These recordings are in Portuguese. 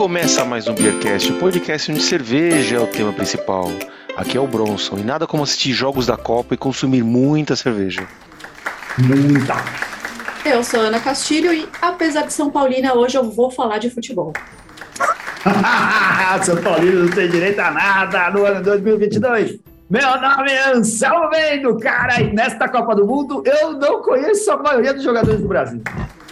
Começa mais um Beercast, um podcast onde cerveja é o tema principal. Aqui é o Bronson e nada como assistir jogos da Copa e consumir muita cerveja. Muita! Eu sou Ana Castilho e, apesar de São Paulina, hoje eu vou falar de futebol. São Paulino não tem direito a nada no ano 2022. Meu nome é Anselmo Mendo, cara, e nesta Copa do Mundo eu não conheço a maioria dos jogadores do Brasil.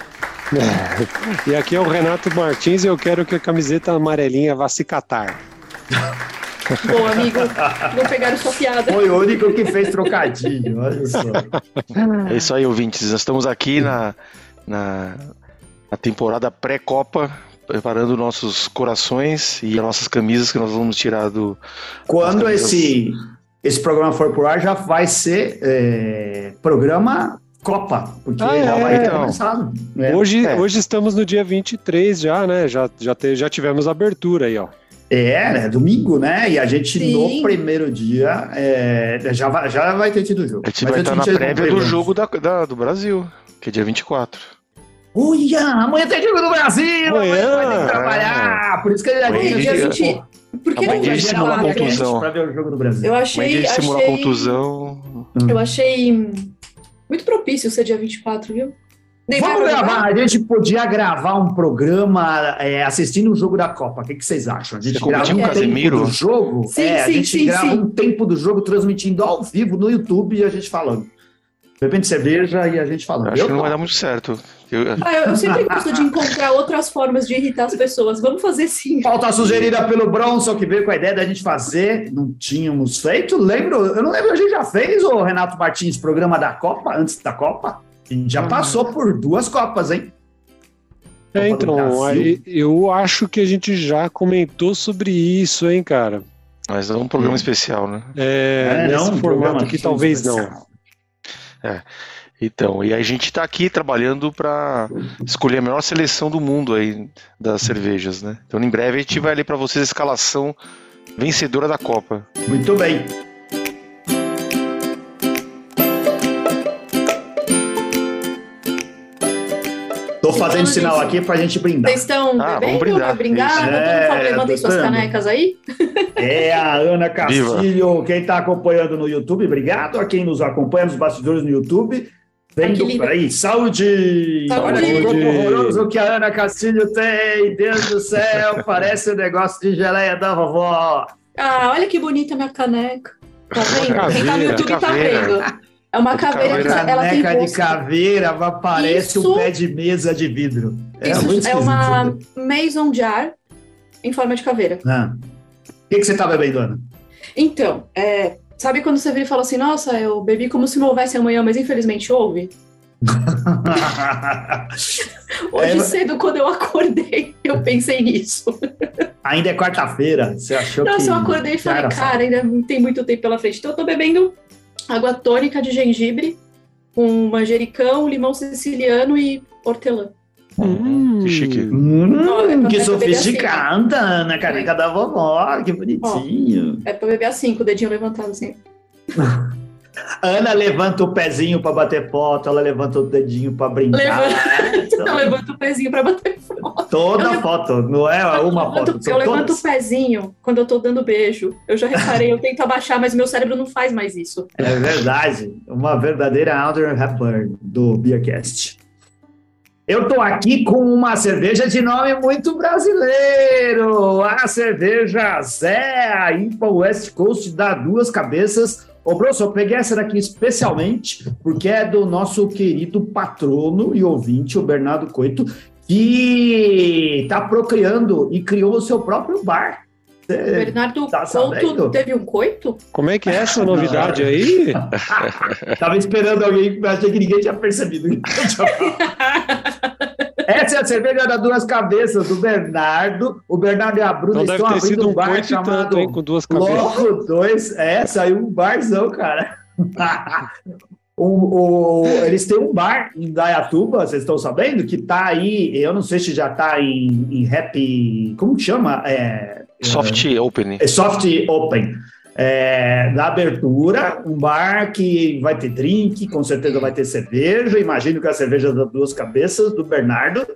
E aqui é o Renato Martins e eu quero que a camiseta amarelinha vá se catar. Boa, amigo. Vou pegar a sua piada. Foi o único que fez trocadilho, olha só. É isso aí, ouvintes. Nós estamos aqui na temporada pré-Copa, preparando nossos corações e as nossas camisas que nós vamos tirar do... Quando esse programa for pro ar, já vai ser programa Copa, porque já vai ter começado. Né? Hoje estamos no dia 23 já, né? Já tivemos abertura aí, ó. Né? Domingo, né? E a gente no primeiro dia já vai ter tido o jogo. A gente vai estar na prévia do jogo do Brasil, que é dia 24. Uia, amanhã tem jogo do Brasil! Amanhã vai ter que trabalhar! Por isso que a gente... Por que não dia simula contusão para ver o jogo do Brasil? Eu achei simula contusão. Eu achei muito propício ser dia 24, viu? Vamos gravar, a gente podia gravar um programa assistindo o jogo da Copa. O que vocês acham? A gente grava um tempo do jogo? A gente grava um tempo do jogo transmitindo ao vivo no YouTube e a gente falando. De repente cerveja e a gente falando. Acho que não vai dar muito certo. Eu sempre gosto de encontrar outras formas de irritar as pessoas. Vamos fazer sim. Pauta sugerida pelo Bronson, que veio com a ideia da gente fazer. Não tínhamos feito. Eu não lembro, a gente já fez, o Renato Martins, programa da Copa, antes da Copa. A gente já passou por 2 Copas, hein? Então, eu acho que a gente já comentou sobre isso, hein, cara? Mas é um programa especial, né? Nesse formato aqui talvez especial. Não. Então, e a gente tá aqui trabalhando para escolher a melhor seleção do mundo aí das cervejas, né? Então, em breve a gente vai ler para vocês a escalação vencedora da Copa. Muito bem. Tô fazendo sinal aqui pra gente brindar. Vocês estão bebendo? Vai brindar? Todo mundo levantem suas canecas aí. A Ana Castilho, viva. Quem tá acompanhando no YouTube, obrigado. A quem nos acompanha nos bastidores no YouTube, vendo aí. Saúde! Olha que corpo horroroso que a Ana Castilho tem. Deus do céu, parece um negócio de geleia da vovó. Olha que bonita minha caneca. Tá vendo? Quem tá no YouTube tá vendo. É uma caveira que ela tem caneca de caveira, parece um pé de mesa de vidro. É uma mason jar em forma de caveira. O que você tá bebendo, Ana? Então, sabe quando você vira e fala assim, nossa, eu bebi como se não houvesse amanhã, mas infelizmente houve? Hoje cedo, quando eu acordei, eu pensei nisso. Ainda é quarta-feira, você achou que... Nossa, eu acordei e falei, cara, ainda não tem muito tempo pela frente. Então eu tô bebendo água tônica de gengibre, com manjericão, limão siciliano e hortelã. Que chique. Que sofisticada, na caneca da vovó, que bonitinho. É pra beber assim, com o dedinho levantado assim. Ana levanta o pezinho pra bater foto, ela levanta o dedinho pra brincar. Levanta o pezinho pra bater foto. Toda foto, não é uma foto. Eu levanto o pezinho quando eu tô dando beijo. Eu já reparei, eu tento abaixar, mas meu cérebro não faz mais isso. É verdade, uma verdadeira Audrey Hepburn do Beercast. Eu tô aqui com uma cerveja de nome muito brasileiro, a cerveja Zé, a IPA West Coast da Duas Cabeças. Ô, Bronson, eu peguei essa daqui especialmente porque é do nosso querido patrono e ouvinte, o Bernardo Coito, que está procriando e criou o seu próprio bar. O Bernardo Couto teve um coito? Como é que é essa novidade aí? Tava esperando alguém, mas achei que ninguém tinha percebido. Essa é a cerveja das Duas Cabeças, do Bernardo. O Bernardo e a Bruna estão abrindo um bar chamado tanto, hein, com Duas Cabeças. Louco 2. Saiu um barzão, cara. Eles têm um bar em Dayatuba, vocês estão sabendo? Que tá aí, eu não sei se já tá em rap... Como que chama? Soft Open. Soft Open. Da abertura, um bar que vai ter drink, com certeza vai ter cerveja. Imagino que a cerveja das Duas Cabeças, do Bernardo.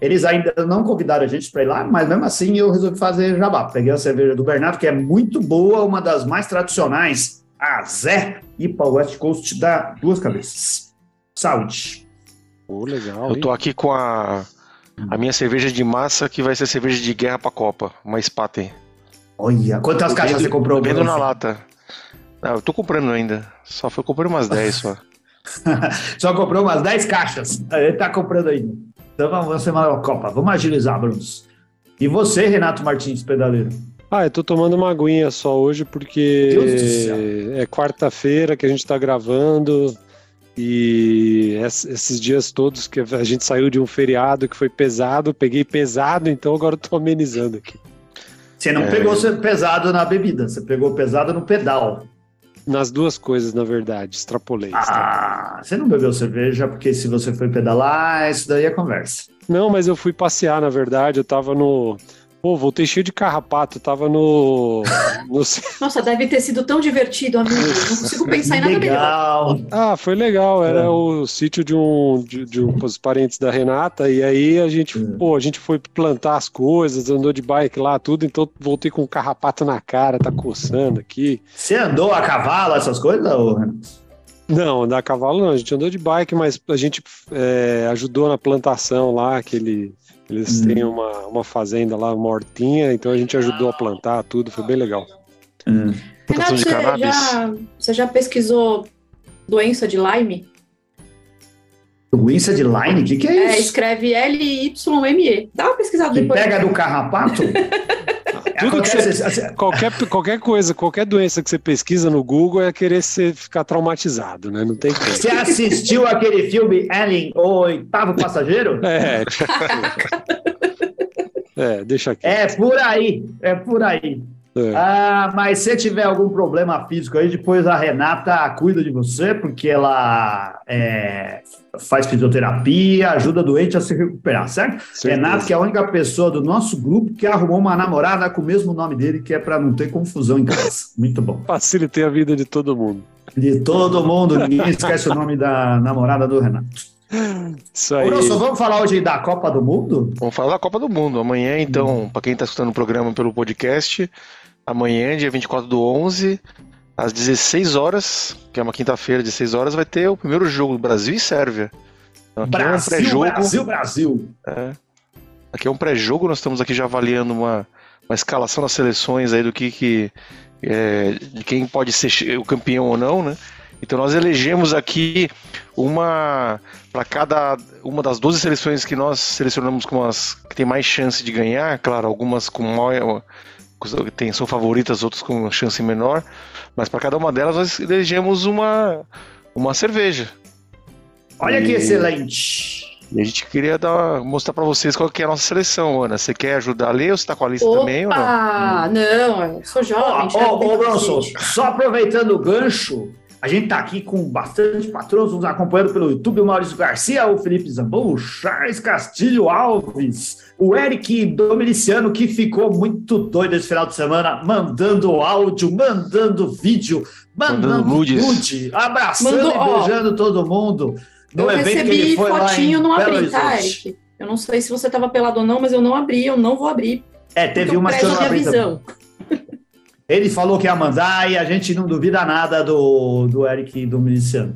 Eles ainda não convidaram a gente para ir lá, mas mesmo assim eu resolvi fazer jabá. Peguei a cerveja do Bernardo, que é muito boa, uma das mais tradicionais, a Zé, e para o West Coast da Duas Cabeças. Saúde. Legal. Eu tô aqui com a minha cerveja de massa, que vai ser cerveja de guerra pra Copa, uma Spaten. Olha, quantas caixas você comprou? Vendo na lata. Não, eu tô comprando ainda. Só foi comprando umas 10 só. Só comprou umas 10 caixas. Ele tá comprando ainda. Então vamos semana da Copa. Vamos agilizar, Brunos. E você, Renato Martins, pedaleiro? Eu tô tomando uma aguinha só hoje porque Deus do céu. é quarta-feira que a gente tá gravando e esses dias todos que a gente saiu de um feriado que foi pesado, peguei pesado, então agora eu tô amenizando aqui. Você não pegou pesado na bebida, você pegou pesado no pedal. Nas duas coisas, na verdade, extrapolei. Você não bebeu cerveja porque se você foi pedalar, isso daí é conversa. Não, mas eu fui passear, na verdade, eu tava no... voltei cheio de carrapato, eu tava no... Nossa, deve ter sido tão divertido, amigo. Não consigo pensar em nada melhor. Foi legal, era o sítio de uns parentes da Renata, e aí a gente foi plantar as coisas, andou de bike lá, tudo, então voltei com um carrapato na cara, tá coçando aqui. Você andou a cavalo, essas coisas, Renato? Não, andar a cavalo não, a gente andou de bike, mas a gente ajudou na plantação lá, que eles têm uma fazenda lá, uma hortinha, então a gente ajudou a plantar tudo, foi bem legal. Plantação de cannabis. Você já pesquisou doença de Lyme? Doença de Lyme? O que é isso? Escreve Lyme. Dá uma pesquisada depois. Pega do carrapato? Tudo que qualquer coisa, qualquer doença que você pesquisa no Google é querer ficar traumatizado, né? Não tem como. Você assistiu aquele filme Alien, o Oitavo Passageiro? Deixa aqui. É por aí. Mas se tiver algum problema físico aí, depois a Renata cuida de você, porque ela faz fisioterapia, ajuda o doente a se recuperar, certo? Renata, que é a única pessoa do nosso grupo que arrumou uma namorada com o mesmo nome dele, que é para não ter confusão em casa. Muito bom. Facilitei a vida de todo mundo. De todo mundo, ninguém esquece o nome da namorada do Renato. Isso aí. Bruno, vamos falar hoje da Copa do Mundo? Vamos falar da Copa do Mundo. Amanhã, então, para quem está escutando o programa pelo podcast, amanhã, dia 24/11, às 16 horas, que é uma quinta-feira, 16 horas, vai ter o primeiro jogo, Brasil e Sérvia. Então, aqui é um pré-jogo. Brasil. Aqui é um pré-jogo, nós estamos aqui já avaliando uma escalação das seleções aí do de quem pode ser o campeão ou não, né? Então nós elegemos aqui para cada uma das 12 seleções que nós selecionamos como as que tem mais chance de ganhar, claro, algumas com maior, são favoritas, outras com chance menor, mas para cada uma delas nós elegemos uma cerveja. Olha que excelente! E a gente queria mostrar para vocês qual que é a nossa seleção, Ana. Você quer ajudar a ler ou você está com a lista também? Ou não? Não, eu sou jovem. Bronson, só aproveitando o gancho, a gente está aqui com bastante patrões nos acompanhando pelo YouTube, o Maurício Garcia, o Felipe Zambon, o Charles Castilho Alves, o Eric Domiliciano, que ficou muito doido esse final de semana, mandando áudio, mandando vídeo, mandando nude, abraçando e beijando todo mundo. Eu recebi fotinho, não abri, tá, Eric? Eu não sei se você estava pelado ou não, mas eu não abri, eu não vou abrir. Teve uma que eu não abri também. Ele falou que ia mandar e a gente não duvida nada do Eric Domiliciano.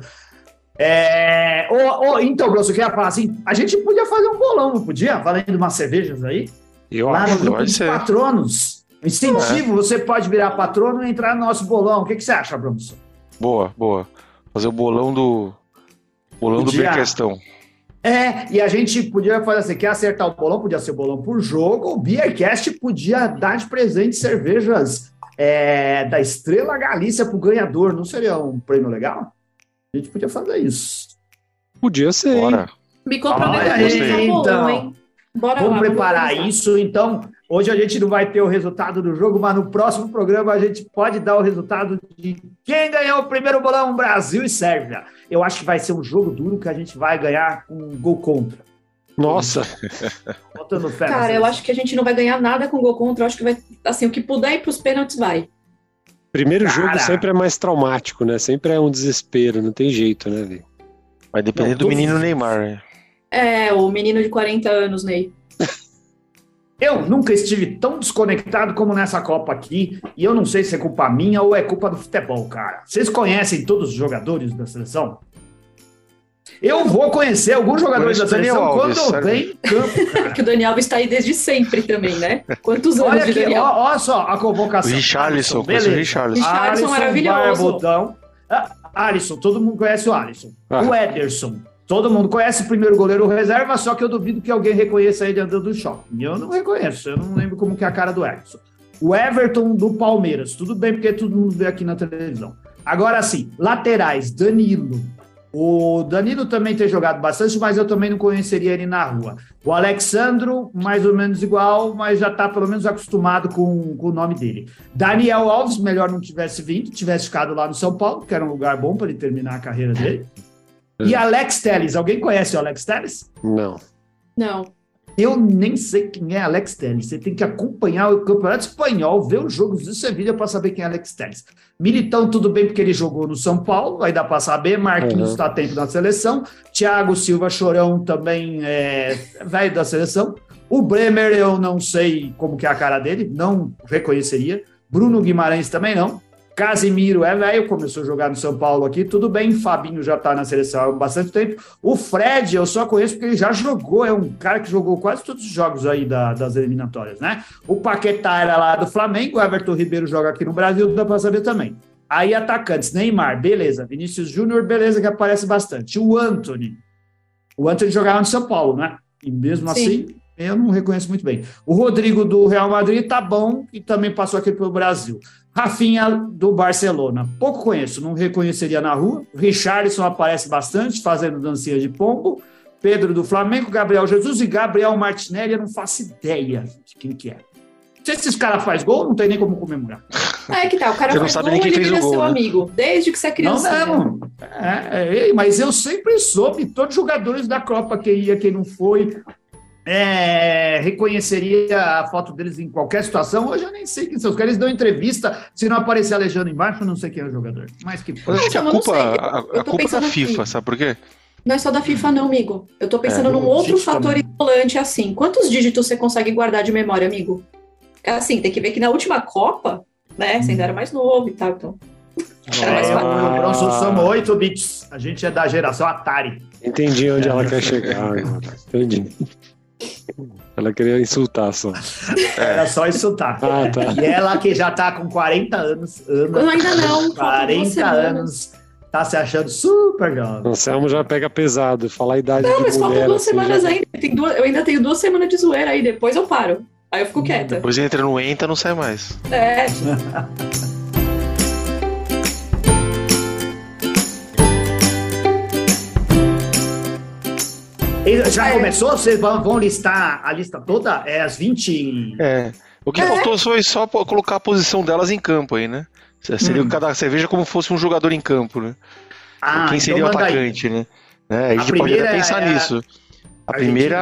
Então, Grosso, eu queria falar assim, a gente podia fazer um bolão, não podia? Valendo umas cervejas aí? Lá no grupo dos patronos. Incentivo, você pode virar patrono e entrar no nosso bolão. O que você acha, Bronson? Boa. Fazer o bolão do Bem Questão. E a gente podia fazer assim, quer acertar o bolão, podia ser o bolão por jogo, o Beercast podia dar de presente cervejas da Estrela Galícia pro ganhador, não seria um prêmio legal? A gente podia fazer isso. Podia ser. Bora. Me comprometeu então, hein? Bora vamos lá, preparar isso, então. Hoje a gente não vai ter o resultado do jogo, mas no próximo programa a gente pode dar o resultado de quem ganhou o primeiro bolão, Brasil e Sérvia. Eu acho que vai ser um jogo duro que a gente vai ganhar com um gol contra. Nossa! Botando fé. Cara, eu acho que a gente não vai ganhar nada com gol contra. Eu acho que vai, assim, o que puder ir pros pênaltis vai. Primeiro jogo sempre é mais traumático, né? Sempre é um desespero, não tem jeito, né, velho? Vai depender do menino Neymar, né? É, o menino de 40 anos, Ney. Eu nunca estive tão desconectado como nessa Copa aqui, e eu não sei se é culpa minha ou é culpa do futebol, cara. Vocês conhecem todos os jogadores da seleção? Eu vou conhecer alguns jogadores da seleção quando vem em campo, cara. Que o Dani Alves está aí desde sempre também, né? Quantos anos Olha de aqui, Dani Alves? olha só a convocação. Richarlison, beleza. Richarlison maravilhoso. Barbotão. Alisson, todo mundo conhece o Alisson. Ah. O Ederson, todo mundo conhece o primeiro goleiro reserva, só que eu duvido que alguém reconheça ele andando no shopping. Eu não reconheço, eu não lembro como que é a cara do Ederson. O Everton do Palmeiras, tudo bem, porque todo mundo vê aqui na televisão. Agora sim, laterais, Danilo. O Danilo também tem jogado bastante, mas eu também não conheceria ele na rua. O Alexandro, mais ou menos igual, mas já está pelo menos acostumado com o nome dele. Daniel Alves, melhor não tivesse vindo, tivesse ficado lá no São Paulo, que era um lugar bom para ele terminar a carreira dele. E Alex Telles, alguém conhece o Alex Telles? Não. Não. Eu nem sei quem é Alex Telles. Você tem que acompanhar o Campeonato Espanhol, ver os jogos do Sevilla para saber quem é Alex Telles. Militão, tudo bem, porque ele jogou no São Paulo, aí dá para saber. Marquinhos está tempo na seleção. Thiago Silva Chorão também é velho da seleção. O Bremer, eu não sei como que é a cara dele, não reconheceria. Bruno Guimarães também não. Casimiro é velho, começou a jogar no São Paulo aqui, tudo bem. Fabinho já está na seleção há bastante tempo. O Fred eu só conheço porque ele já jogou, é um cara que jogou quase todos os jogos aí das eliminatórias, né? O Paquetá era lá do Flamengo, o Everton Ribeiro joga aqui no Brasil, dá para saber também. Aí atacantes, Neymar, beleza. Vinícius Júnior, beleza, que aparece bastante. O Antony jogava no São Paulo, né? E mesmo assim, eu não reconheço muito bem. O Rodrigo do Real Madrid tá bom e também passou aqui pelo Brasil. Rafinha do Barcelona, pouco conheço, não reconheceria na rua. Richarlison aparece bastante, fazendo dancinha de pombo. Pedro do Flamengo, Gabriel Jesus e Gabriel Martinelli, eu não faço ideia de quem que é. Não sei se esse cara faz gol, não tem nem como comemorar. É que tá, o cara você não sabe nem quem fez o gol, seu amigo, desde que você é criança. Não. Mas eu sempre soube, todos os jogadores da Copa, quem ia, quem não foi... reconheceria a foto deles em qualquer situação. Hoje eu nem sei quem são os caras. Eles dão entrevista, se não aparecer a legenda embaixo, eu não sei quem é o jogador. Mas que a culpa é da FIFA, sabe por quê? Não é só da FIFA não, amigo. Eu tô pensando num outro fator isolante assim. Quantos dígitos você consegue guardar de memória, amigo? Assim, tem que ver que na última Copa, né, você ainda era mais novo e tal, então... Nós somos 8 bits. A gente é da geração Atari. Entendi onde ela quer chegar. Entendi. Ela queria insultar só. Era só insultar. Tá. E ela que já tá com 40 anos. Ainda não. 40 anos. Tá se achando super jovem. O Selmo já pega pesado. Falar a idade não, de mas mulher. Faltam 2 assim, semanas já... ainda. Eu ainda tenho 2 semanas de zoeira aí. Depois eu paro. Aí eu fico quieta. Depois entra no ENTA, não sai mais. É. Já começou? Vocês vão listar a lista toda? É as 20... O que faltou foi só colocar a posição delas em campo aí, né? Seria cada cerveja como fosse um jogador em campo, né? Quem seria o atacante, né? A gente pode até pensar nisso. A primeira,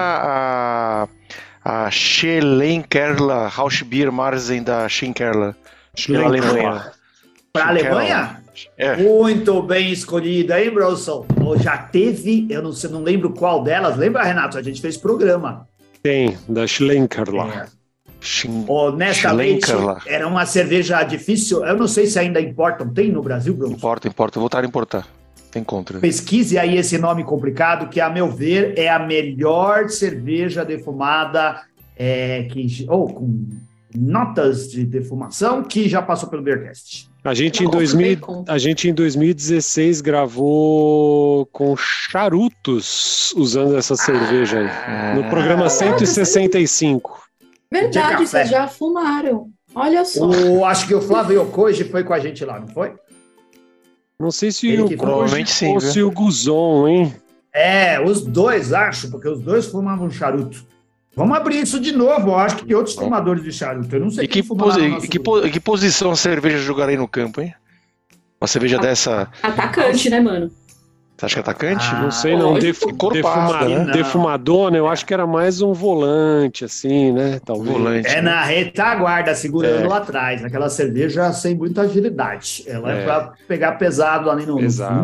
a Schellenkerla Rauschbier Marzen da Schenkerla, pela Alemanha. Para a Alemanha? Muito bem escolhida, hein, Bronson? Já teve, eu não lembro qual delas. Lembra, Renato? A gente fez programa. Tem, da Schenkerla. Honestamente, era uma cerveja difícil. Eu não sei se ainda importam. Tem no Brasil, Bronson? Importa. Eu vou estar a importar. Tem contra. Pesquise aí esse nome complicado, que, a meu ver, é a melhor cerveja defumada com notas de defumação que já passou pelo Beercast. A gente em 2016 gravou com charutos usando essa cerveja aí. No programa 165. Verdade, vocês já fumaram. Olha só. Acho que o Flávio Yokoji foi com a gente lá, não foi? Não sei se o provavelmente sim, ou se o Guzon, hein? Os dois, acho, porque os dois fumavam charuto. Vamos abrir isso de novo, eu acho que tem outros fumadores de charuto. Eu não sei que posição a cerveja jogaria no campo, hein? Uma cerveja dessa... Atacante, né, mano? Você acha que é atacante? Não sei, não. Defumadona, eu acho que era mais um volante, assim, né? Talvez. Volante, na retaguarda, segurando lá atrás. Aquela cerveja sem muita agilidade. Ela é pra pegar pesado ali no fundo.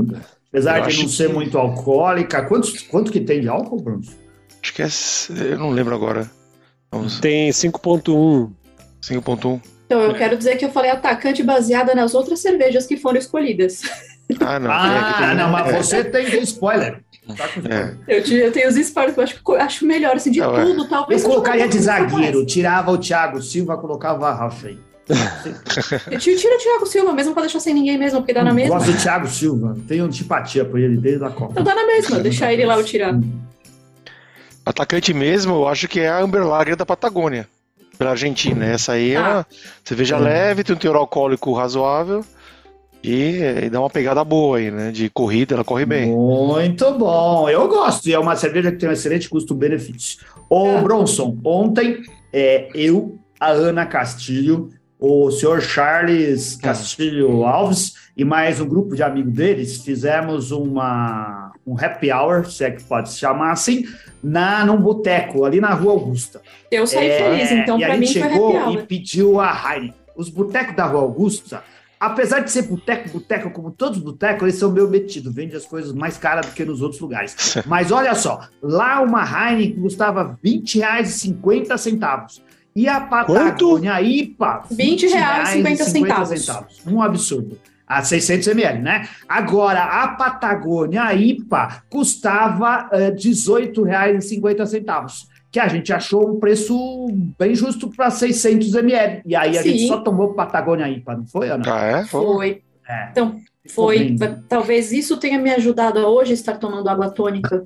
Apesar de não ser muito alcoólica. Quanto que tem de álcool, Bruno? Acho que eu não lembro agora. Tem 5.1. 5.1. Então, eu quero dizer que eu falei atacante baseada nas outras cervejas que foram escolhidas. Não, mas você tem spoiler. Tá com Eu tenho os spoilers que eu acho melhor, assim, de tudo, talvez. Eu colocaria de zagueiro, tirava o Thiago Silva, colocava a Rafa aí. Tira o Thiago Silva mesmo pra deixar sem ninguém mesmo, porque dá na mesma. Gosto do Thiago Silva, tenho antipatia por ele desde a Copa. Então dá na mesma, deixar ele lá eu tirar. Atacante mesmo, eu acho que é a Amber Lager da Patagônia, pela Argentina. Essa aí é uma cerveja leve, tem um teor alcoólico razoável e dá uma pegada boa aí, né? De corrida, ela corre bem. Muito bom, eu gosto. E é uma cerveja que tem um excelente custo-benefício. Bronson, ontem eu, a Ana Castilho, o senhor Charles Castilho Alves e mais um grupo de amigos deles fizemos um happy hour, se é que pode se chamar assim, num boteco, ali na Rua Augusta. Eu saí feliz, então para mim foi happy hour. E a gente chegou e pediu a Heineken. Os botecos da Rua Augusta, apesar de ser boteco, como todos os botecos, eles são meio metidos, vende as coisas mais caras do que nos outros lugares. Mas olha só, lá uma Heineken custava R$20,50. E a Patagônia IPA, R$20,50. Um absurdo. A 600 ml, né? Agora, a Patagônia IPA custava R$18,50, que a gente achou um preço bem justo para 600 ml. E aí a gente só tomou Patagônia IPA, não foi, Ana? Foi. Então, foi. Talvez isso tenha me ajudado a hoje estar tomando água tônica.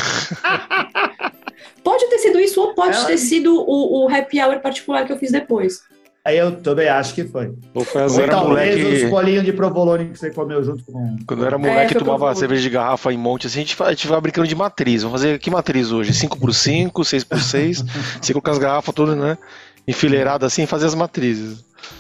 Pode ter sido isso ou pode ter sido o happy hour particular que eu fiz depois. Aí eu também acho que foi. Talvez os bolinhos de provolone que você comeu junto com... Quando eu era moleque, tomava cerveja de garrafa em monte, assim, a gente vai brincando de matriz. Vamos fazer que matriz hoje? 5x5, 6x6, você coloca as garrafas todas, né? Enfileiradas assim, fazer as matrizes.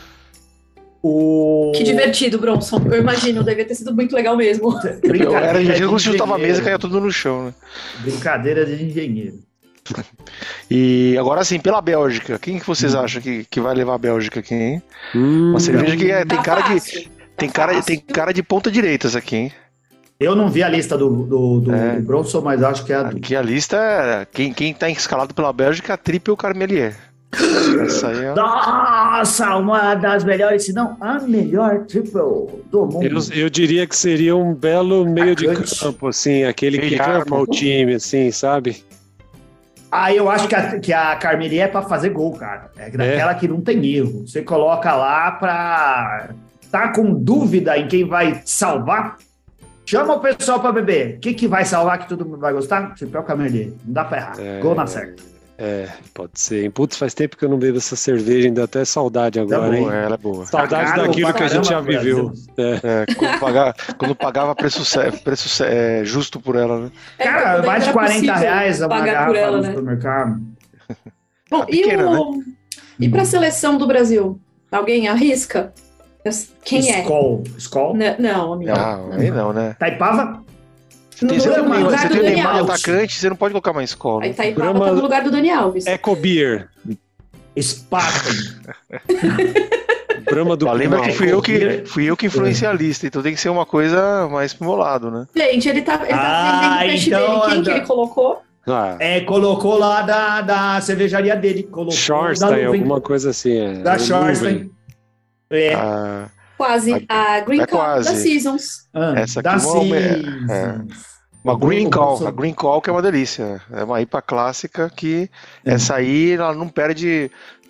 Que divertido, Bronson. Eu imagino, deve ter sido muito legal mesmo. Era de quando você juntava a mesa e caía tudo no chão, né? Brincadeira de engenheiro. E agora sim, pela Bélgica, quem que vocês acham que vai levar a Bélgica aqui, hein? Uma cerveja que tem cara de ponta direita essa aqui, hein? Eu não vi a lista do Bronson, mas acho que é aqui a lista, quem tá escalado pela Bélgica é a Triple Carmelier. Essa aí Nossa, uma das melhores, se não a melhor triple do mundo. Eu diria que seria um belo meio de campo, assim, aquele que arma o time, assim, sabe? Eu acho que a Carmelier é pra fazer gol, cara. É daquela que não tem erro. Você coloca lá pra... Tá com dúvida em quem vai salvar? Chama o pessoal pra beber. O que vai salvar que todo mundo vai gostar? Triple Carmelier. Não dá pra errar. Gol na certa. Pode ser. Putz, faz tempo que eu não bebo essa cerveja, ainda até saudade agora, hein? Ela é boa. Saudade daquilo que a gente já viveu. Quando pagava preço justo por ela, né? Cara, mais de R$40 uma garrafa no supermercado. Bom, e pra seleção do Brasil? Alguém arrisca? Quem é? Skol? Não, amigo. Aí não, né? Taipava? Você tem o Neymar atacante, você não pode colocar mais Skol. Aí Taipava tá no lugar do Dani Alves. Ecobeer. Spaten. Brahma do lembra que fui eu que influenciei a lista, então tem que ser uma coisa mais pro meu lado, né? Gente, ele tá vendendo o peixe dele. Quem que ele colocou? Colocou lá da cervejaria dele. Shorstein, alguma coisa assim. Da Shorstein. Quase. A Green Call da Seasons. Essa aqui uma Green Call. A Green Call que é uma delícia. É uma IPA clássica que essa aí ela não perde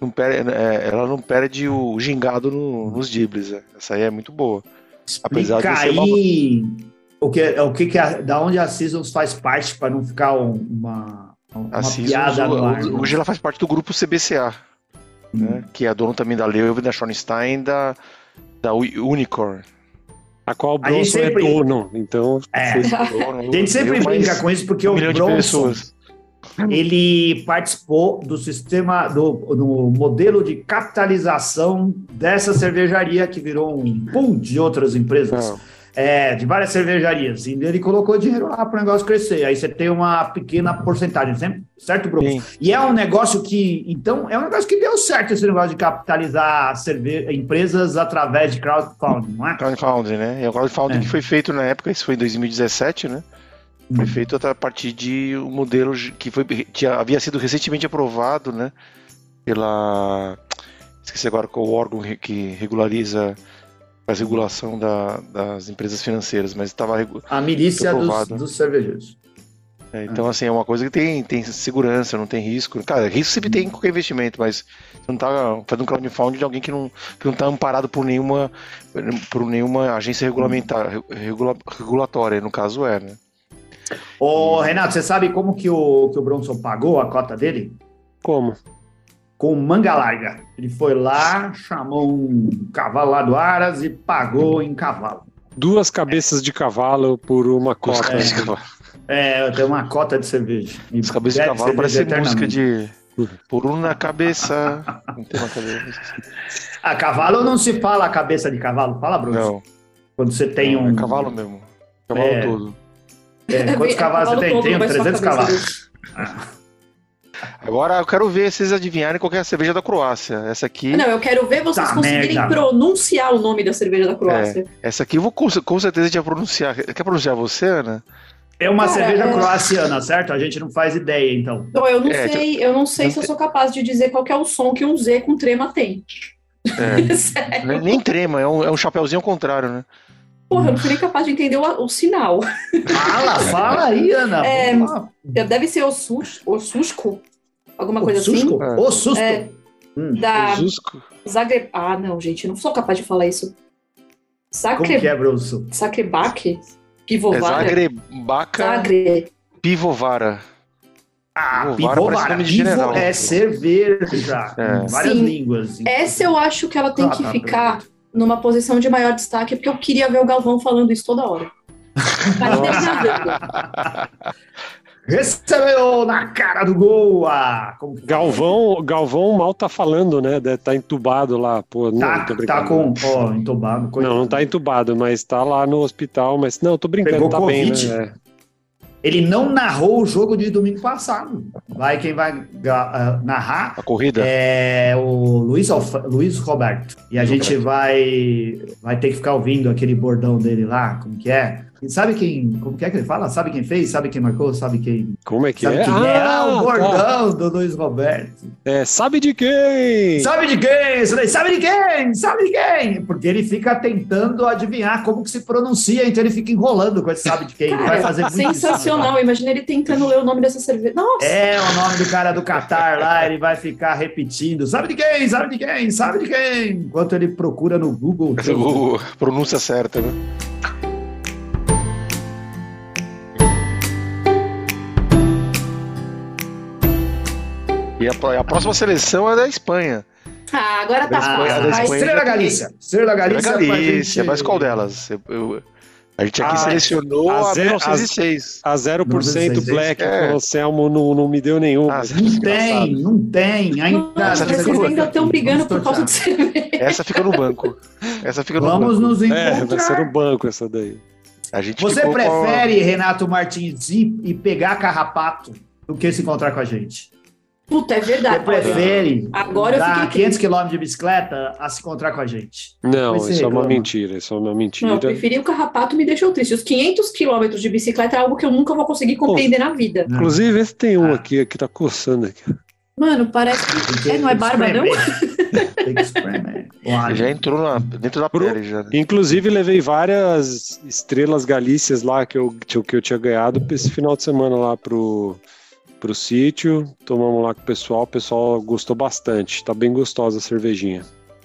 o gingado nos dribles. Essa aí é muito boa. Apesar de ser da onde a Seasons faz parte para não ficar uma piada no ar. Hoje ela faz parte do grupo CBCA, né, que é dono também da Leuven, da Schornstein, da Unicorn. A qual o Bronson é dono, então... A gente sempre brinca com isso, porque o Bronson, ele participou do sistema, do modelo de capitalização dessa cervejaria, que virou um pool de outras empresas. de várias cervejarias. E ele colocou dinheiro lá para o negócio crescer. Aí você tem uma pequena porcentagem, sempre, certo, Bruno? Sim. E é um negócio que, então, é um negócio que deu certo esse negócio de capitalizar empresas através de crowdfunding, não é? Crowdfunding, né? E o crowdfunding que foi feito na época, isso foi em 2017, né? Foi feito a partir de um modelo que havia sido recentemente aprovado, né? Esqueci agora qual o órgão que regulariza a regulação das empresas financeiras, mas estava a milícia dos cervejeiros. Então, assim, é uma coisa que tem segurança, não tem risco. Cara, risco sempre tem em qualquer investimento, mas você não está fazendo um crowdfunding de alguém que não está amparado por nenhuma agência regulatória, no caso né? Ô, Renato, você sabe como que o Bronson pagou a cota dele? Como? Com manga larga. Ele foi lá, chamou um cavalo lá do Aras e pagou em cavalo. 2 cabeças de cavalo por uma cota. Tem uma cota de cerveja. As cabeças de cavalo parece música de... Por uma cabeça... Não tem uma cabeça. A cavalo não se fala a cabeça de cavalo, fala, Bruno? Não. Quando você tem É cavalo mesmo. Cavalo todo. Quantos cavalos você tem? Tenho 300 cavalos. Agora eu quero ver vocês adivinharem qual é a cerveja da Croácia. Essa aqui... Não, eu quero ver vocês conseguirem pronunciar o nome da cerveja da Croácia. Essa aqui eu vou com certeza a gente vai pronunciar. Quer pronunciar você, Ana? É uma cerveja croaciana, certo? A gente não faz ideia, então. Então, eu não sei se eu sou capaz de dizer qual que é o som que um Z com trema tem. Nem trema, é um chapeuzinho ao contrário, né? Porra, eu não fui nem capaz de entender o sinal. Fala aí, Ana. Deve ser Ossusko, alguma coisa Ossusko? assim. Ossusko. Ossusko. Zagreb. Ah, não, gente, não sou capaz de falar isso. Como que é, Bruno? Zagreb. Pivovara. Zagreb. Pivovara. Pivovara. Pivo é cerveja. Várias línguas. Essa eu acho que ela tem que ficar numa posição de maior destaque, porque eu queria ver o Galvão falando isso toda hora. Recebeu na cara do gol. Galvão mal tá falando, né? Tá entubado lá. Pô, entubado. Coitado. Não tá entubado, mas tá lá no hospital. Mas não, tô brincando, pegou tá COVID. Bem, né? Ele não narrou o jogo de domingo passado. Quem vai narrar a corrida é o Luiz Roberto. E a gente vai ter que ficar ouvindo aquele bordão dele lá, como que é? E sabe como que é que ele fala? Sabe quem fez? Sabe quem marcou? Sabe quem... Como é que sabe é? Quem o bordão do Luiz Roberto. Sabe de quem? Sabe de quem? Sabe de quem? Sabe de quem? Porque ele fica tentando adivinhar como que se pronuncia, então ele fica enrolando com esse sabe de quem. Cara, vai fazer muito sensacional. Imagina ele tentando ler o nome dessa cerveja. Nossa! É o nome do cara do Catar lá, ele vai ficar repetindo. Sabe de quem? Sabe de quem? Sabe de quem? Enquanto ele procura no Google. Pronúncia certa, né? E a próxima seleção é da Espanha. Agora tá fácil. Estrela Galícia. Mas qual delas? A gente aqui selecionou a 1906. A 0% Black, que o Anselmo não me deu nenhum. Não tem. Vocês ainda estão brigando por causa de cerveja. Essa fica no banco. Vamos nos encontrar. Vai ser no banco essa daí. Você prefere, Renato Martins, ir pegar carrapato do que se encontrar com a gente? Puta, é verdade. Você prefere dar 500 km de bicicleta a se encontrar com a gente? Não, isso é uma mentira. Não, eu preferi o carrapato, me deixou triste. Os 500 km de bicicleta é algo que eu nunca vou conseguir compreender na vida. Inclusive, esse tem um aqui que tá coçando aqui. Mano, parece que não é barba, não? Tem que espremer. Já entrou dentro da pele. Já. Inclusive, levei várias estrelas galícias lá que eu tinha ganhado esse final de semana lá pro sítio, tomamos lá com o pessoal gostou bastante, tá bem gostosa a cervejinha.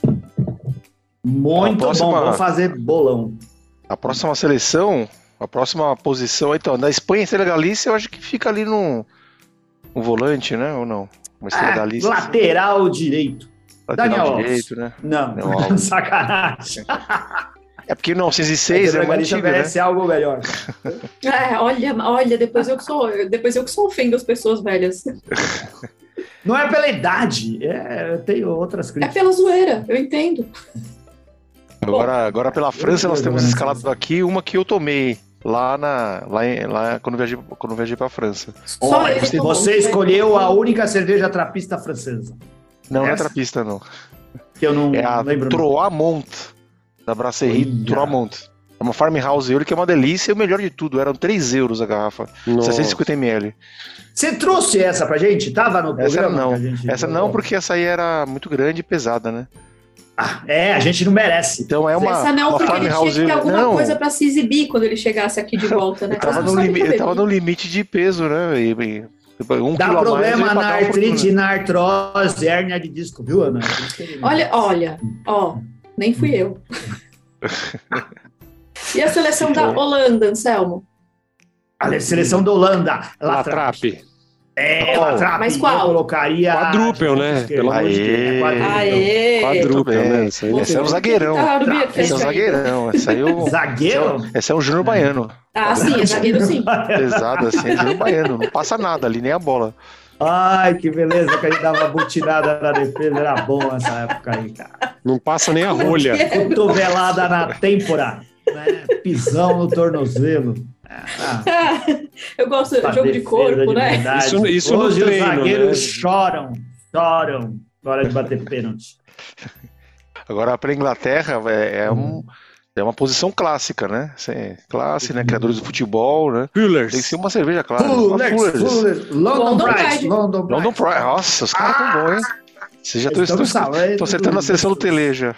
Muito bom, vamos fazer bolão. A próxima seleção, a próxima posição, então, da Espanha, Estrela Galícia, eu acho que fica ali no volante, né, ou não? Uma Estrela Galícia. Lateral direito. Lateral direito, né? Não, sacanagem. É porque 1906 é uma antiga, merece algo melhor. Olha, depois eu que sou ofendo as pessoas velhas. Não é pela idade, tem outras críticas. É pela zoeira, eu entendo. Agora pela França nós temos escalado aqui uma que eu tomei lá quando viajei pra França. Você escolheu a única cerveja trapista francesa. Não é trapista, não. Que eu não é a lembro. Troamont, da Brasserie Troamont. É uma Farmhouse Ale que é uma delícia e o melhor de tudo, eram 3 euros a garrafa, 650 ml. Você trouxe essa pra gente? Tava no programa? Essa não, porque essa aí era muito grande e pesada, né? A gente não merece. Então é uma essa não, uma porque ele tinha que ter alguma não. Coisa pra se exibir quando ele chegasse aqui de volta, né? Ele tava no limite de peso, né? Dá problema na artrite, na artrose, hérnia de disco, viu, Ana? Olha, nem fui eu. E a seleção da Holanda, Anselmo? A seleção da Holanda. Latrape. Latrape. Mas qual? Eu colocaria... Quadrúpel, né? Pelo amor de Deus. Quadrúpel, né? Esse é um zagueirão. Esse é um zagueirão. Zagueiro? Esse é um Júnior Baiano. Sim, é zagueiro sim. Pesado assim, é Júnior Baiano. Não passa nada ali, nem a bola. Ai, que beleza que a gente dava butinada na defesa. Era bom essa época aí, cara. Não passa nem a rolha. Cotovelada na têmpora. Né? Pisão no tornozelo. Eu gosto de jogo de corpo, né? Isso hoje no treino, os zagueiros né? choram na hora de bater pênalti. Agora, para a Inglaterra, é uma posição clássica, né? Classe, né? Criadores do futebol, né? Fullers. Tem que ser uma cerveja clássica. Fullers. London Pride. Nossa, os caras estão bons, hein? Vocês já estão acertando a seleção do Teleja.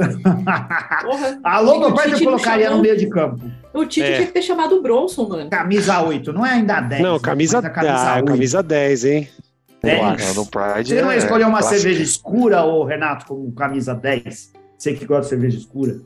A London Pride eu colocaria no meio de campo. O Tite tinha que ter chamado o Bronson, mano. Camisa 8, não é ainda 10. Não, camisa 10, hein? 10. London Pride Você não escolheu uma clássica. Cerveja escura, ô Renato, como camisa 10? Você que gosta de cerveja escura.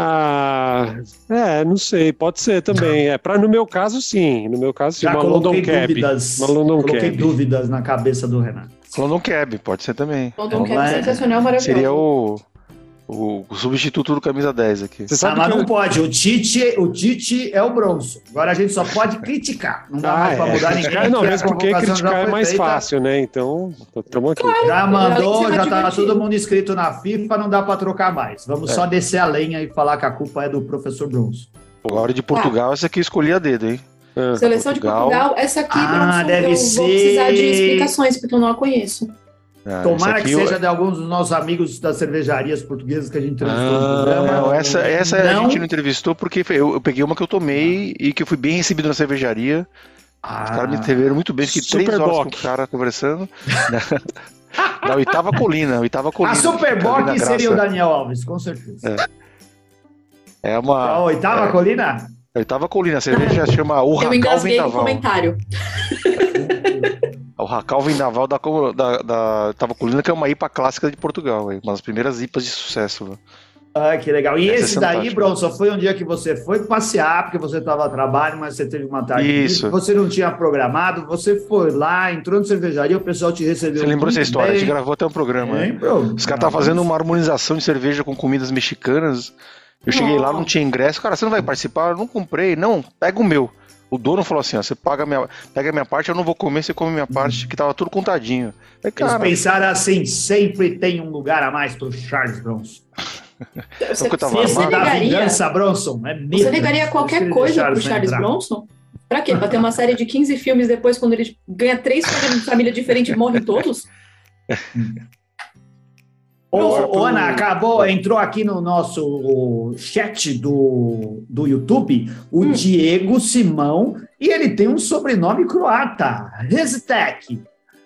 Não sei, pode ser também. No meu caso, sim. No meu caso, sim. Já Uma coloquei London Cap. dúvidas. Uma London Coloquei Cap. dúvidas na cabeça do Renato. London Cab, pode ser também. London Cap sensacional, maravilhoso. Seria o substituto do camisa 10 aqui. Você sabe mas não pode. O Tite é o Bronson. Agora a gente só pode criticar. Não dá mais pra mudar ninguém. Não, mesmo porque criticar é mais fácil, né? Então, estamos aqui. Claro. Já mandou, já tá todo mundo inscrito na FIFA, não dá pra trocar mais. Vamos só descer a lenha e falar que a culpa é do professor Bronson. Agora de Portugal, essa aqui eu escolhi a dedo, hein? Seleção Portugal. De Portugal, essa aqui, Bronson, deve eu ser... vou precisar de explicações, porque eu não a conheço. Tomara que seja de alguns dos nossos amigos das cervejarias portuguesas que a gente entrevistou no programa. Não, essa a gente não entrevistou porque eu peguei uma que eu tomei e que eu fui bem recebido na cervejaria. Os caras me receberam muito bem, fiquei 3 horas com o cara conversando. Da oitava colina. A Superboc seria o Daniel Alves, com certeza. É uma... A oitava colina? A oitava colina, a cerveja chama o Racal Vendaval. Comentário. O Racal Vendaval da oitava colina, que é uma IPA clássica de Portugal, uma das primeiras IPAs de sucesso. Que legal. E esse daí, fantástica. Bronson, foi um dia que você foi passear, porque você estava a trabalho, mas você teve uma tarde. Isso. Você não tinha programado, você foi lá, entrou na cervejaria, o pessoal te recebeu. Você lembrou essa história? Bem. A gente gravou até um programa. Os caras estavam fazendo uma harmonização de cerveja com comidas mexicanas. Eu cheguei lá, não tinha ingresso. Cara, você não vai participar? Eu não comprei. Não, pega o meu. O dono falou assim, você pega a minha parte, eu não vou comer, você come a minha parte, que tava tudo contadinho. Aí, cara, eles pensaram assim, sempre tem um lugar a mais pro Charles Bronson. Você negaria, vingança, Bronson, você negaria qualquer coisa pro Charles Bronson? Pra quê? Pra ter uma série de 15 filmes depois, quando ele ganha 3 famílias diferentes e morrem todos? Ana, acabou, entrou aqui no nosso chat do YouTube o Diego Simão e ele tem um sobrenome croata, Reztek.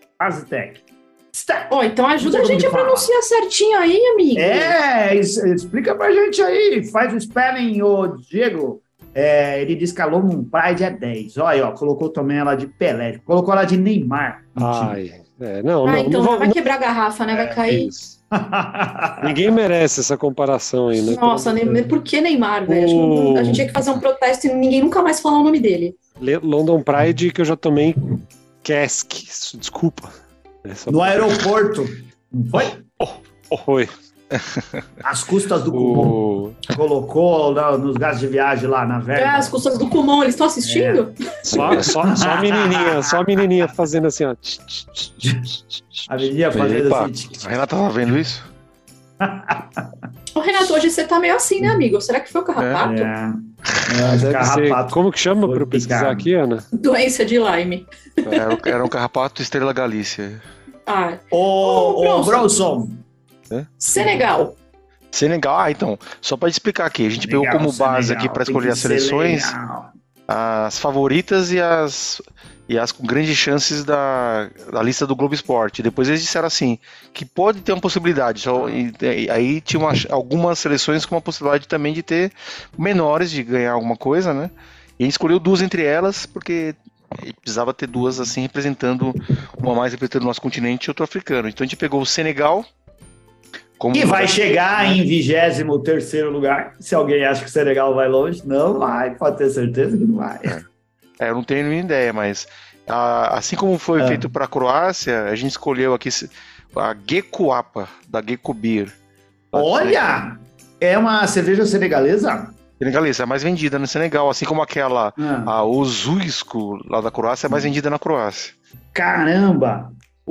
Então ajuda a gente a pronunciar certinho aí, amigo. Explica pra gente aí, faz o spelling, ô Diego. Ele diz que a London Pride é 10. Olha, colocou também ela de Pelé, colocou ela de Neymar. Então vai quebrar a garrafa, né? Vai cair. Ninguém merece essa comparação aí, né? Nossa, por que Neymar, velho? A gente tinha que fazer um protesto e ninguém nunca mais falar o nome dele. London Pride, que eu já tomei cask, desculpa. No aeroporto. Foi? Foi. As custas do Kumon. Colocou nos gastos de viagem lá na verba. As custas do Kumon, eles estão assistindo? Só a menininha fazendo assim, ó. A menininha fazendo assim. A Renata tava vendo isso? Ô, Renato, hoje você tá meio assim, né, amigo? Será que foi o carrapato? Deve ser. Como que chama para eu pesquisar aqui, Ana? Doença de Lyme. Era um carrapato Estrela Galícia. Ô, Bronson. Senegal. Senegal, então, só para explicar aqui, a gente pegou como base aqui para escolher as seleções as favoritas e as com grandes chances da lista do Globo Esporte. Depois eles disseram assim, que pode ter uma possibilidade, aí tinha algumas seleções com uma possibilidade também de ter menores, de ganhar alguma coisa, né? E a gente escolheu duas entre elas, porque precisava ter duas assim, representando, uma mais representando o nosso continente e outra africano. Então a gente pegou o Senegal, que vai chegar em 23º lugar. Se alguém acha que o Senegal vai longe, não vai, pode ter certeza que não vai. Eu não tenho nenhuma ideia, mas assim como foi feito para a Croácia, a gente escolheu aqui a Gekuapa, da Geku Beer. Olha! É uma cerveja senegalesa? Senegalesa, é a mais vendida no Senegal, assim como aquela, a Ozuisco, lá da Croácia, é mais vendida na Croácia. Caramba!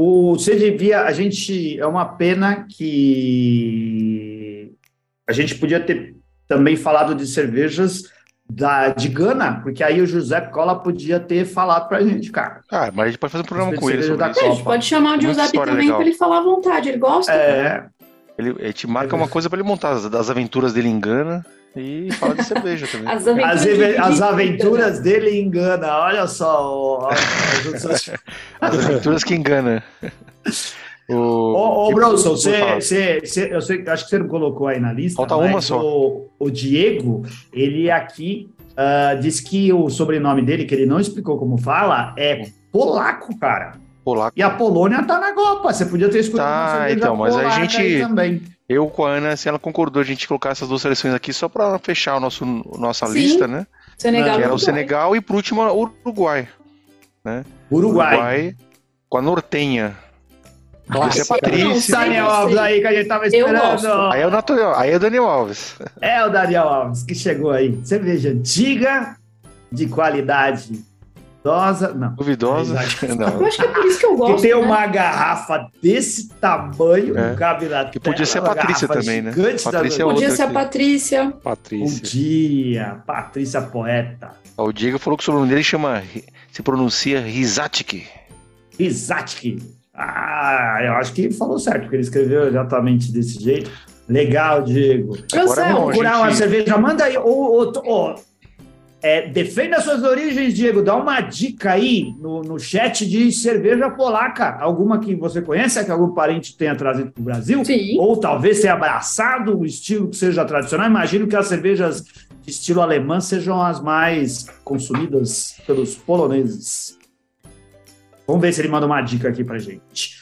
É uma pena que a gente podia ter também falado de cervejas de Gana, porque aí o José Cola podia ter falado pra gente, cara. Mas a gente pode fazer um programa com ele sobre isso. A gente pode chamar o Giuseppe também pra ele falar à vontade, ele gosta. Ele te marca uma coisa pra ele montar, das aventuras dele em Gana. E fala de cerveja também. As aventuras dele engana, olha só. As aventuras que engana. Ô, Bronson, eu acho que você não colocou aí na lista. Falta uma só. O Diego, ele aqui disse que o sobrenome dele, que ele não explicou como fala, é polaco, cara. Polaco. E a Polônia tá na Copa. Você podia ter escolhido uma cerveja então, mas a gente também. Eu com a Ana, assim, ela concordou a gente colocar essas duas seleções aqui só para fechar nossa lista, né? Senegal, que era o Senegal e por último o Uruguai, né? Uruguai com a Nortenha. Nossa, Patrícia. Daniel Alves aí que a gente tava esperando. Aí é o Daniel Alves. É o Daniel Alves que chegou aí. Cerveja antiga, de qualidade duvidosa. Não. Eu acho que é por isso que eu gosto. Que tem uma garrafa desse tamanho, não cabe na que podia ser a Patrícia tambtambém, né? Podia ser a Patrícia. Patrícia Poeta. O Diego falou que o sobrenome dele se pronuncia Rizatic. Eu acho que falou certo, porque ele escreveu exatamente desse jeito. Legal, Diego. Vamos procurar uma cerveja. Manda aí. Defenda suas origens, Diego. Dá uma dica aí no chat de cerveja polaca. Alguma que você conhece, que algum parente tenha trazido para o Brasil? Sim. Ou talvez tenha abraçado o estilo que seja tradicional. Imagino que as cervejas de estilo alemã sejam as mais consumidas pelos poloneses. Vamos ver se ele manda uma dica aqui pra gente.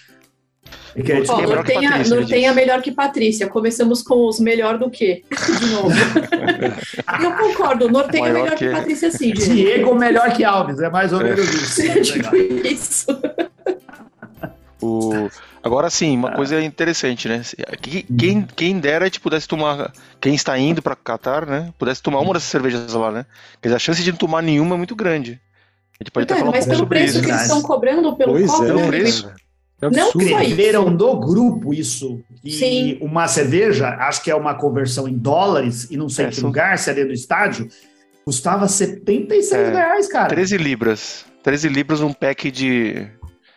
Nortenha melhor que Patrícia. Começamos com os melhor do que. De novo. Eu concordo, Nortenha melhor que Patrícia, sim. Diego melhor que Alves, é mais ou menos isso. Tipo isso. Agora sim, uma coisa interessante, né? Quem dera pudesse tomar, quem está indo para Catar, né? Pudesse tomar uma dessas cervejas lá, né? Quer dizer, a chance de não tomar nenhuma é muito grande. A gente pode até falar um pouco sobre isso. Mas pelo preço que eles estão cobrando pelo copo, pelo preço. Não escreveram no grupo isso, que uma cerveja, acho que é uma conversão em dólares, e não sei que lugar, se é dentro do estádio, custava R$76, cara. 13 libras. 13 libras um pack de...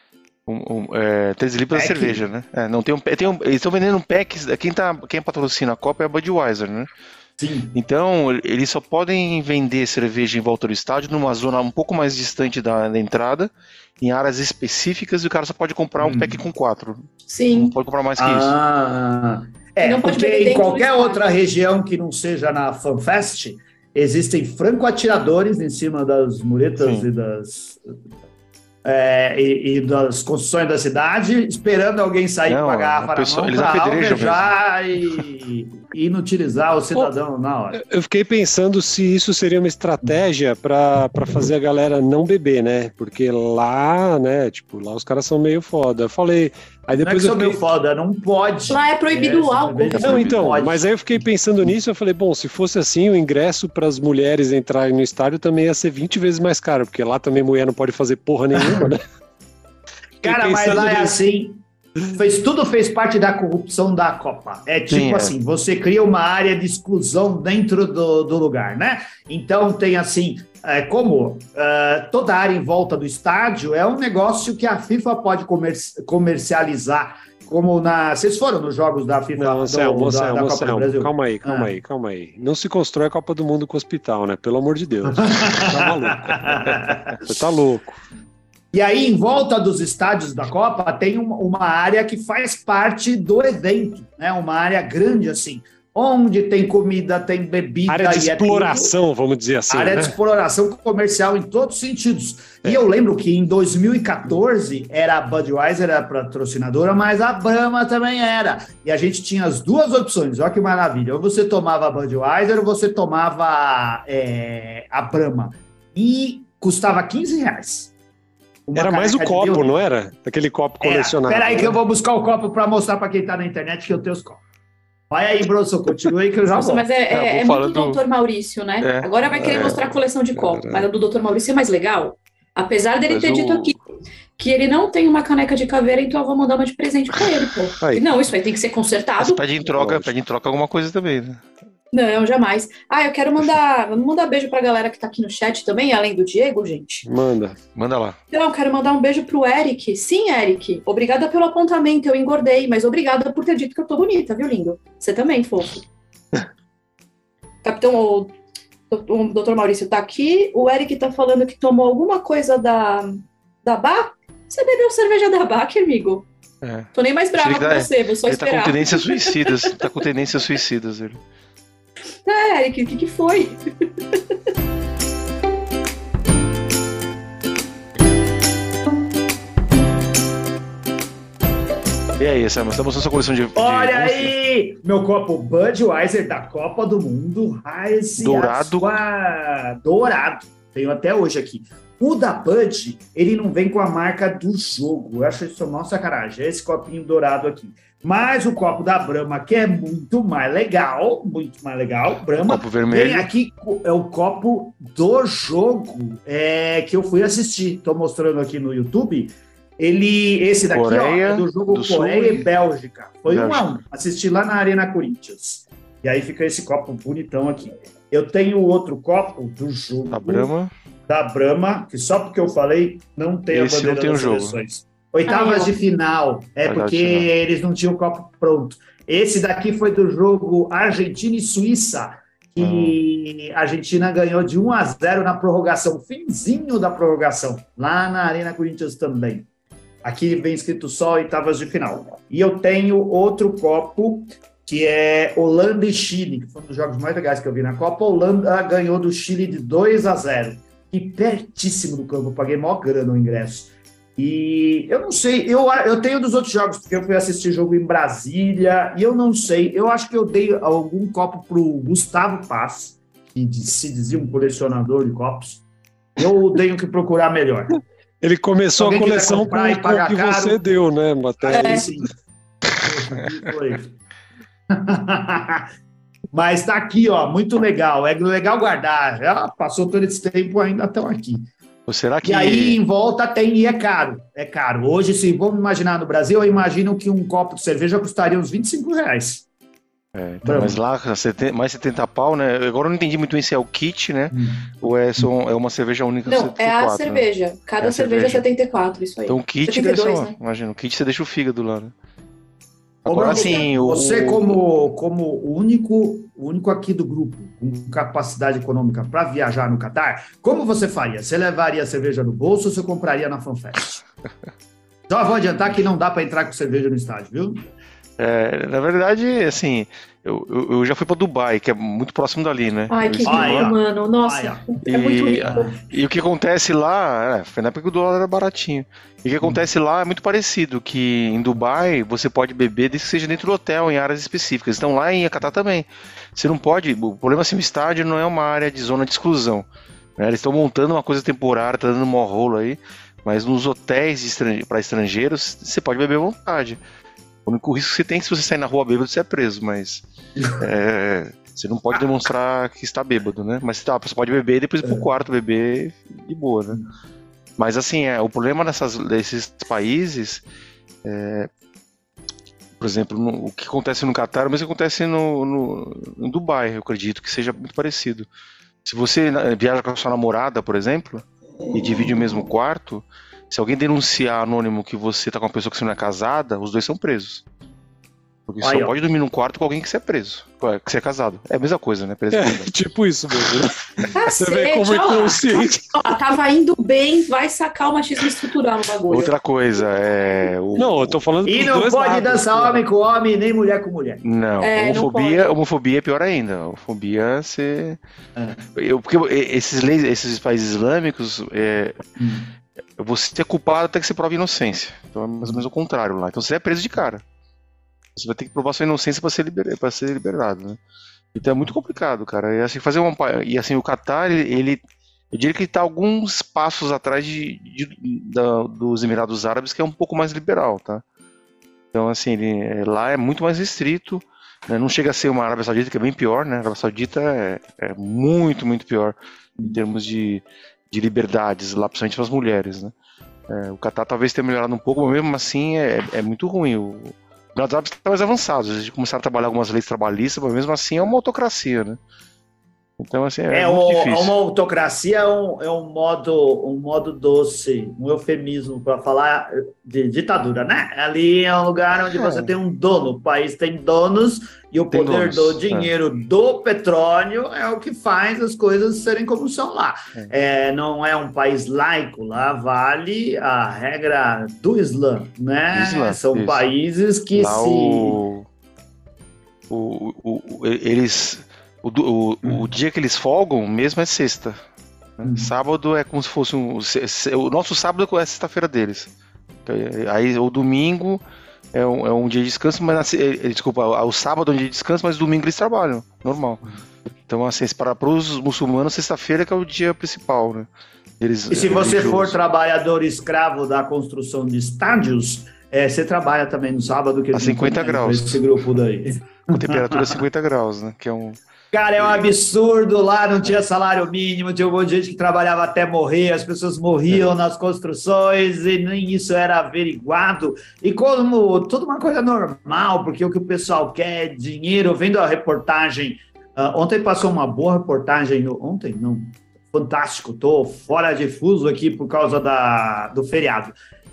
13 libras de cerveja, né? Não, eles estão vendendo packs, quem patrocina a Copa é a Budweiser, né? Sim. Então, eles só podem vender cerveja em volta do estádio numa zona um pouco mais distante da entrada, em áreas específicas, e o cara só pode comprar um pack com 4. Sim. Não pode comprar mais que isso. Porque em qualquer outra região que não seja na FanFest, existem franco-atiradores em cima das muretas e das construções da cidade, esperando alguém sair com a garrafa na mão para alvejar e inutilizar o cidadão na hora. Eu fiquei pensando se isso seria uma estratégia para fazer a galera não beber, né? Porque lá, né, lá os caras são meio foda. Eu falei... Aí depois não é que são meio foda, não pode. Lá é proibido o álcool. Não, então, mas aí eu fiquei pensando nisso, eu falei, bom, se fosse assim, o ingresso para as mulheres entrarem no estádio também ia ser 20 vezes mais caro, porque lá também mulher não pode fazer porra nenhuma, né? Cara, mas lá é assim. Tudo fez parte da corrupção da Copa. É tipo Sim, assim, você cria uma área de exclusão dentro do lugar, né? Então tem assim, toda a área em volta do estádio é um negócio que a FIFA pode comercializar. Como vocês foram nos jogos da FIFA Não, da Copa do Brasil? Calma aí. Não se constrói a Copa do Mundo com o hospital, né? Pelo amor de Deus. Tá maluco. Você tá louco. E aí, em volta dos estádios da Copa, tem uma área que faz parte do evento, né? Uma área grande, assim, onde tem comida, tem bebida. Área de exploração, vamos dizer assim. Área de exploração comercial em todos os sentidos. E eu lembro que em 2014 a Budweiser era patrocinadora, mas a Brahma também era. E a gente tinha as duas opções, olha que maravilha. Ou você tomava a Budweiser ou você tomava a Brahma. E custava R$15. Era mais o copo, não era? Aquele copo colecionável. Espera aí que eu vou buscar o copo para mostrar para quem tá na internet que eu tenho os copos. Vai aí, Bronson, continua aí que eu já vou. Mas é muito do Dr. Maurício, né? Agora vai querer mostrar a coleção de copo, mas a do Dr. Maurício é mais legal. Apesar dele ter dito aqui que ele não tem uma caneca de caveira, então eu vou mandar uma de presente para ele, pô. Aí. Não, isso aí tem que ser consertado. Pede em troca alguma coisa também, né? Não, jamais. Eu quero mandar beijo pra galera que tá aqui no chat também, além do Diego, gente. Manda lá. Então, eu quero mandar um beijo pro Eric. Sim, Eric. Obrigada pelo apontamento, eu engordei, mas obrigada por ter dito que eu tô bonita, viu, lindo? Você também, fofo. Capitão, o Dr. Maurício tá aqui. O Eric tá falando que tomou alguma coisa da Bach. Você bebeu cerveja da Bach, amigo? Tô nem mais brava com você, vou só esperar. Tá com tendências suicidas, ele. Eric, o que foi? E aí, Sam, você tá mostrando sua coleção de... Olha aí! Meu copo Budweiser da Copa do Mundo. Dourado. Dourado. Tenho até hoje aqui. O da Bud, ele não vem com a marca do jogo. Eu acho isso uma sacanagem. É esse copinho dourado aqui. Mas o copo da Brahma, que é muito mais legal. Brahma. O copo vermelho. Vem aqui, é o copo do jogo que eu fui assistir. Estou mostrando aqui no YouTube. Esse daqui é do jogo Coreia e Bélgica. Foi 1-1. Assisti lá na Arena Corinthians. E aí fica esse copo bonitão aqui. Eu tenho outro copo do jogo. Da Brahma, que só porque eu falei, não tem esse a bandeira das seleções. Oitavas de final, porque eles não tinham o copo pronto. Esse daqui foi do jogo Argentina e Suíça, que a Argentina ganhou de 1-0 na prorrogação, finzinho da prorrogação, lá na Arena Corinthians também. Aqui vem escrito só oitavas de final. E eu tenho outro copo, que é Holanda e Chile, que foi um dos jogos mais legais que eu vi na Copa. A Holanda ganhou do Chile de 2-0. E pertíssimo do campo, eu paguei maior grana no ingresso. E eu não sei, eu tenho dos outros jogos, porque eu fui assistir jogo em Brasília, e eu não sei, eu acho que eu dei algum copo pro Gustavo Paz, que se dizia um colecionador de copos. Eu tenho que procurar melhor. Ele começou a coleção com o que você deu, né, Matheus? Sim. Foi. Mas tá aqui, muito legal. É legal guardar. Já passou todo esse tempo, ainda estão aqui. Será que... E aí, em volta tem, e é caro. É caro. Hoje, se vamos imaginar no Brasil, eu imagino que um copo de cerveja custaria uns R$25. Então, mas lá, mais 70 pau, né? Agora eu não entendi muito bem se é o kit, né? Ou é uma cerveja única? Não, 74, é a cerveja. Né? Cada cerveja é 74, isso aí. Então o kit 72, deve ser, né? Imagina, o kit você deixa o fígado lá, né? Agora, assim, você como o único aqui do grupo com capacidade econômica para viajar no Catar, como você faria? Você levaria a cerveja no bolso ou você compraria na FanFest? Já vou adiantar que não dá para entrar com cerveja no estádio, viu? Na verdade, assim, eu já fui para Dubai, que é muito próximo dali, né? Ai, que rico, mano. Nossa, é muito rico. E o que acontece lá, foi na época que o dólar era baratinho. E o que acontece lá é muito parecido, que em Dubai você pode beber desde que seja dentro do hotel, em áreas específicas. Então lá em Catar também. Você não pode, o problema é assim, o estádio não é uma área de zona de exclusão. Né? Eles estão montando uma coisa temporária, tá dando mó rolo aí, mas nos hotéis para estrangeiros, você pode beber à vontade. O único risco que você tem é que se você sair na rua bêbado, você é preso, mas você não pode demonstrar que está bêbado, né? Mas você pode beber e depois ir pro quarto beber de boa, né? Mas assim, o problema desses países Por exemplo, o que acontece no Catar, mas o que acontece em Dubai, eu acredito que seja muito parecido. Se você viaja com a sua namorada, por exemplo, e divide o mesmo quarto, se alguém denunciar anônimo que você tá com uma pessoa que você não é casada, os dois são presos. Porque só pode dormir num quarto com alguém que você é preso, que você é casado. É a mesma coisa, né? Preso tipo isso mesmo. Você vê como é consciente. Tava indo bem, vai sacar o machismo estrutural no bagulho. Outra coisa, Não, eu tô falando E não pode dançar homem com homem, nem mulher com mulher. Não, homofobia é pior ainda. Homofobia, você... Porque esses países islâmicos... Você é culpado até que você prove inocência. Então é mais ou menos o contrário lá. Então você é preso de cara. Você vai ter que provar sua inocência para ser liberado, né? Então é muito complicado, cara. E assim, o Catar, eu diria que ele está alguns passos atrás dos Emirados Árabes, que é um pouco mais liberal, tá? Então, assim, lá é muito mais restrito, né? Não chega a ser uma Arábia Saudita, que é bem pior, né? A Arábia Saudita é muito, muito pior em termos de liberdades, lá principalmente para as mulheres, né? O Catar talvez tenha melhorado um pouco, mas mesmo assim é muito ruim. Os Emirados Árabes estão mais avançados, eles começaram a trabalhar algumas leis trabalhistas, mas mesmo assim é uma autocracia, né? Então, assim, muito difícil. Uma autocracia é um modo doce, um eufemismo para falar de ditadura, né? Ali é um lugar onde você tem um dono, o país tem donos e o poder do dinheiro do petróleo é o que faz as coisas serem como são lá. Não é um país laico, lá vale a regra do Islã, né? São países que lá eles... O dia que eles folgam mesmo é sexta. Né? Sábado é como se fosse o nosso sábado é a sexta-feira deles. Aí o domingo é um dia de descanso, mas desculpa, o sábado é um dia de descanso, mas domingo eles trabalham, normal. Então, assim, para os muçulmanos, sexta-feira que é o dia principal, né? E se você for trabalhador escravo da construção de estádios, você trabalha também no sábado, que a 50 graus. Esse grupo daí. Com temperatura 50 graus, né? Que é um... Cara, é um absurdo, lá não tinha salário mínimo, tinha um monte de gente que trabalhava até morrer, as pessoas morriam nas construções e nem isso era averiguado. E como tudo uma coisa normal, porque o que o pessoal quer é dinheiro. Vendo a reportagem, ontem passou uma boa reportagem, ontem não, fantástico, tô fora de fuso aqui por causa do feriado.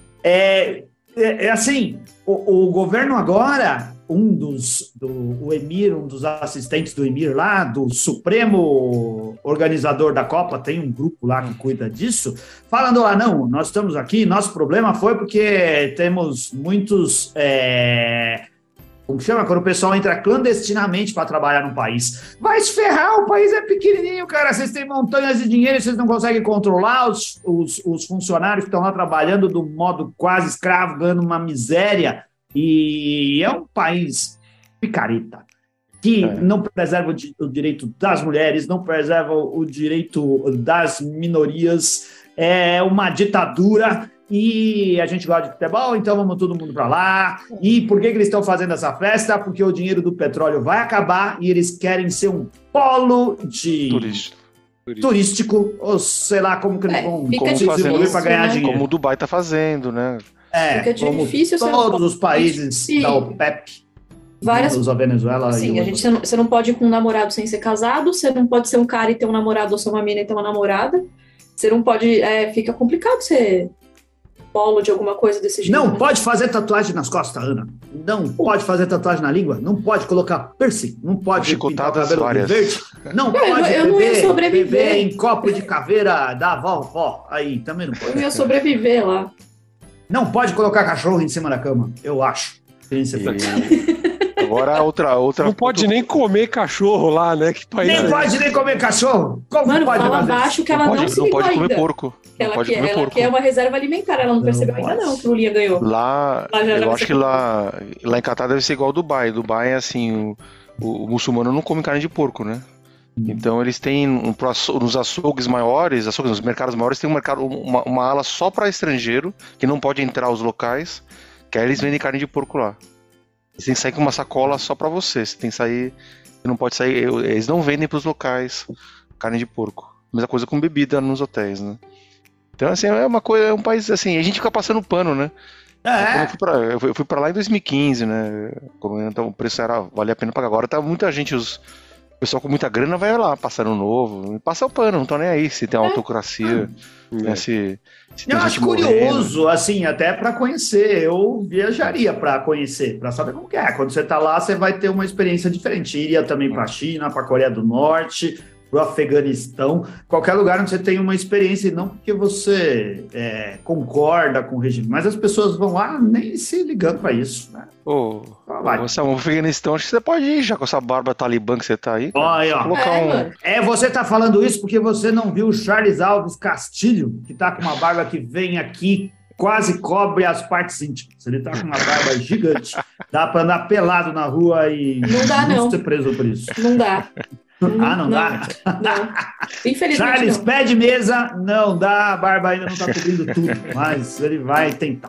Assim, o governo agora... o Emir, um dos assistentes do Emir lá, do Supremo Organizador da Copa, tem um grupo lá que cuida disso, falando lá, não, nós estamos aqui, nosso problema foi porque temos muitos... como chama? Quando o pessoal entra clandestinamente para trabalhar no país. Vai se ferrar, o país é pequenininho, cara. Vocês têm montanhas de dinheiro e vocês não conseguem controlar os funcionários que estão lá trabalhando do modo quase escravo, ganhando uma miséria. E é um país picareta, que não preserva o direito das mulheres, não preserva o direito das minorias, é uma ditadura. E a gente gosta de futebol, então vamos todo mundo para lá. E por que eles estão fazendo essa festa? Porque o dinheiro do petróleo vai acabar e eles querem ser um polo de turístico, ou sei lá como que eles vão desenvolver para ganhar dinheiro. Como o Dubai está fazendo, né? Fica difícil todos os países da OPEP. Várias... A Venezuela. Sim, você não pode ir com um namorado sem ser casado, você não pode ser um cara e ter um namorado, ou ser uma mina e ter uma namorada. Você não pode. Fica complicado você. Polo de alguma coisa desse jeito. Não pode fazer tatuagem nas costas, Ana. Não pode fazer tatuagem na língua. Não pode colocar piercing. Não pode pintar o cabelo verde. Não pode beber em copo de caveira da avó. Aí também não pode. Eu ia sobreviver lá. Não pode colocar cachorro em cima da cama, eu acho. Agora outra. Não pode nem comer cachorro lá, né? Que país pode nem comer cachorro. Como pode fala abaixo que ela não se ligou pode ainda. Comer porco. Ela quer uma reserva alimentar, ela não percebeu ainda não que o Lulinha ganhou. Lá eu acho que lá em Catar deve ser igual ao Dubai. Dubai é assim, o muçulmano não come carne de porco, né? Então eles têm nos açougues maiores, nos mercados maiores, tem uma ala só para estrangeiro, que não pode entrar os locais, que aí eles vendem carne de porco lá. Você tem que sair com uma sacola só para você. Você tem que sair, você não pode sair, eles não vendem para os locais carne de porco. Mesma coisa com bebida nos hotéis, né? Então assim, é um país assim, a gente fica passando pano, né? Eu fui pra lá em 2015, né? Então o preço valia a pena pagar. Agora tá muita gente, o pessoal com muita grana vai lá, passar ano novo, passa o pano, não tô nem aí se tem uma autocracia, né? Se eu acho curioso, assim, até para conhecer. Eu viajaria para conhecer, para saber como que é. Quando você tá lá, você vai ter uma experiência diferente. Iria também para a China, para a Coreia do Norte, para o Afeganistão, qualquer lugar onde você tem uma experiência, e não porque você concorda com o regime, mas as pessoas vão lá nem se ligando para isso, né? Você é um Afeganistão, acho que você pode ir já com essa barba talibã que você tá aí. Você tá falando isso porque você não viu o Charles Alves Castilho, que tá com uma barba que vem aqui, quase cobre as partes íntimas. Ele tá com uma barba gigante, dá para andar pelado na rua e não ser preso por isso. Não dá. Não dá? Não. Infelizmente Charles, não. pé de mesa, não dá, a barba ainda não tá cobrindo tudo, mas ele vai tentar.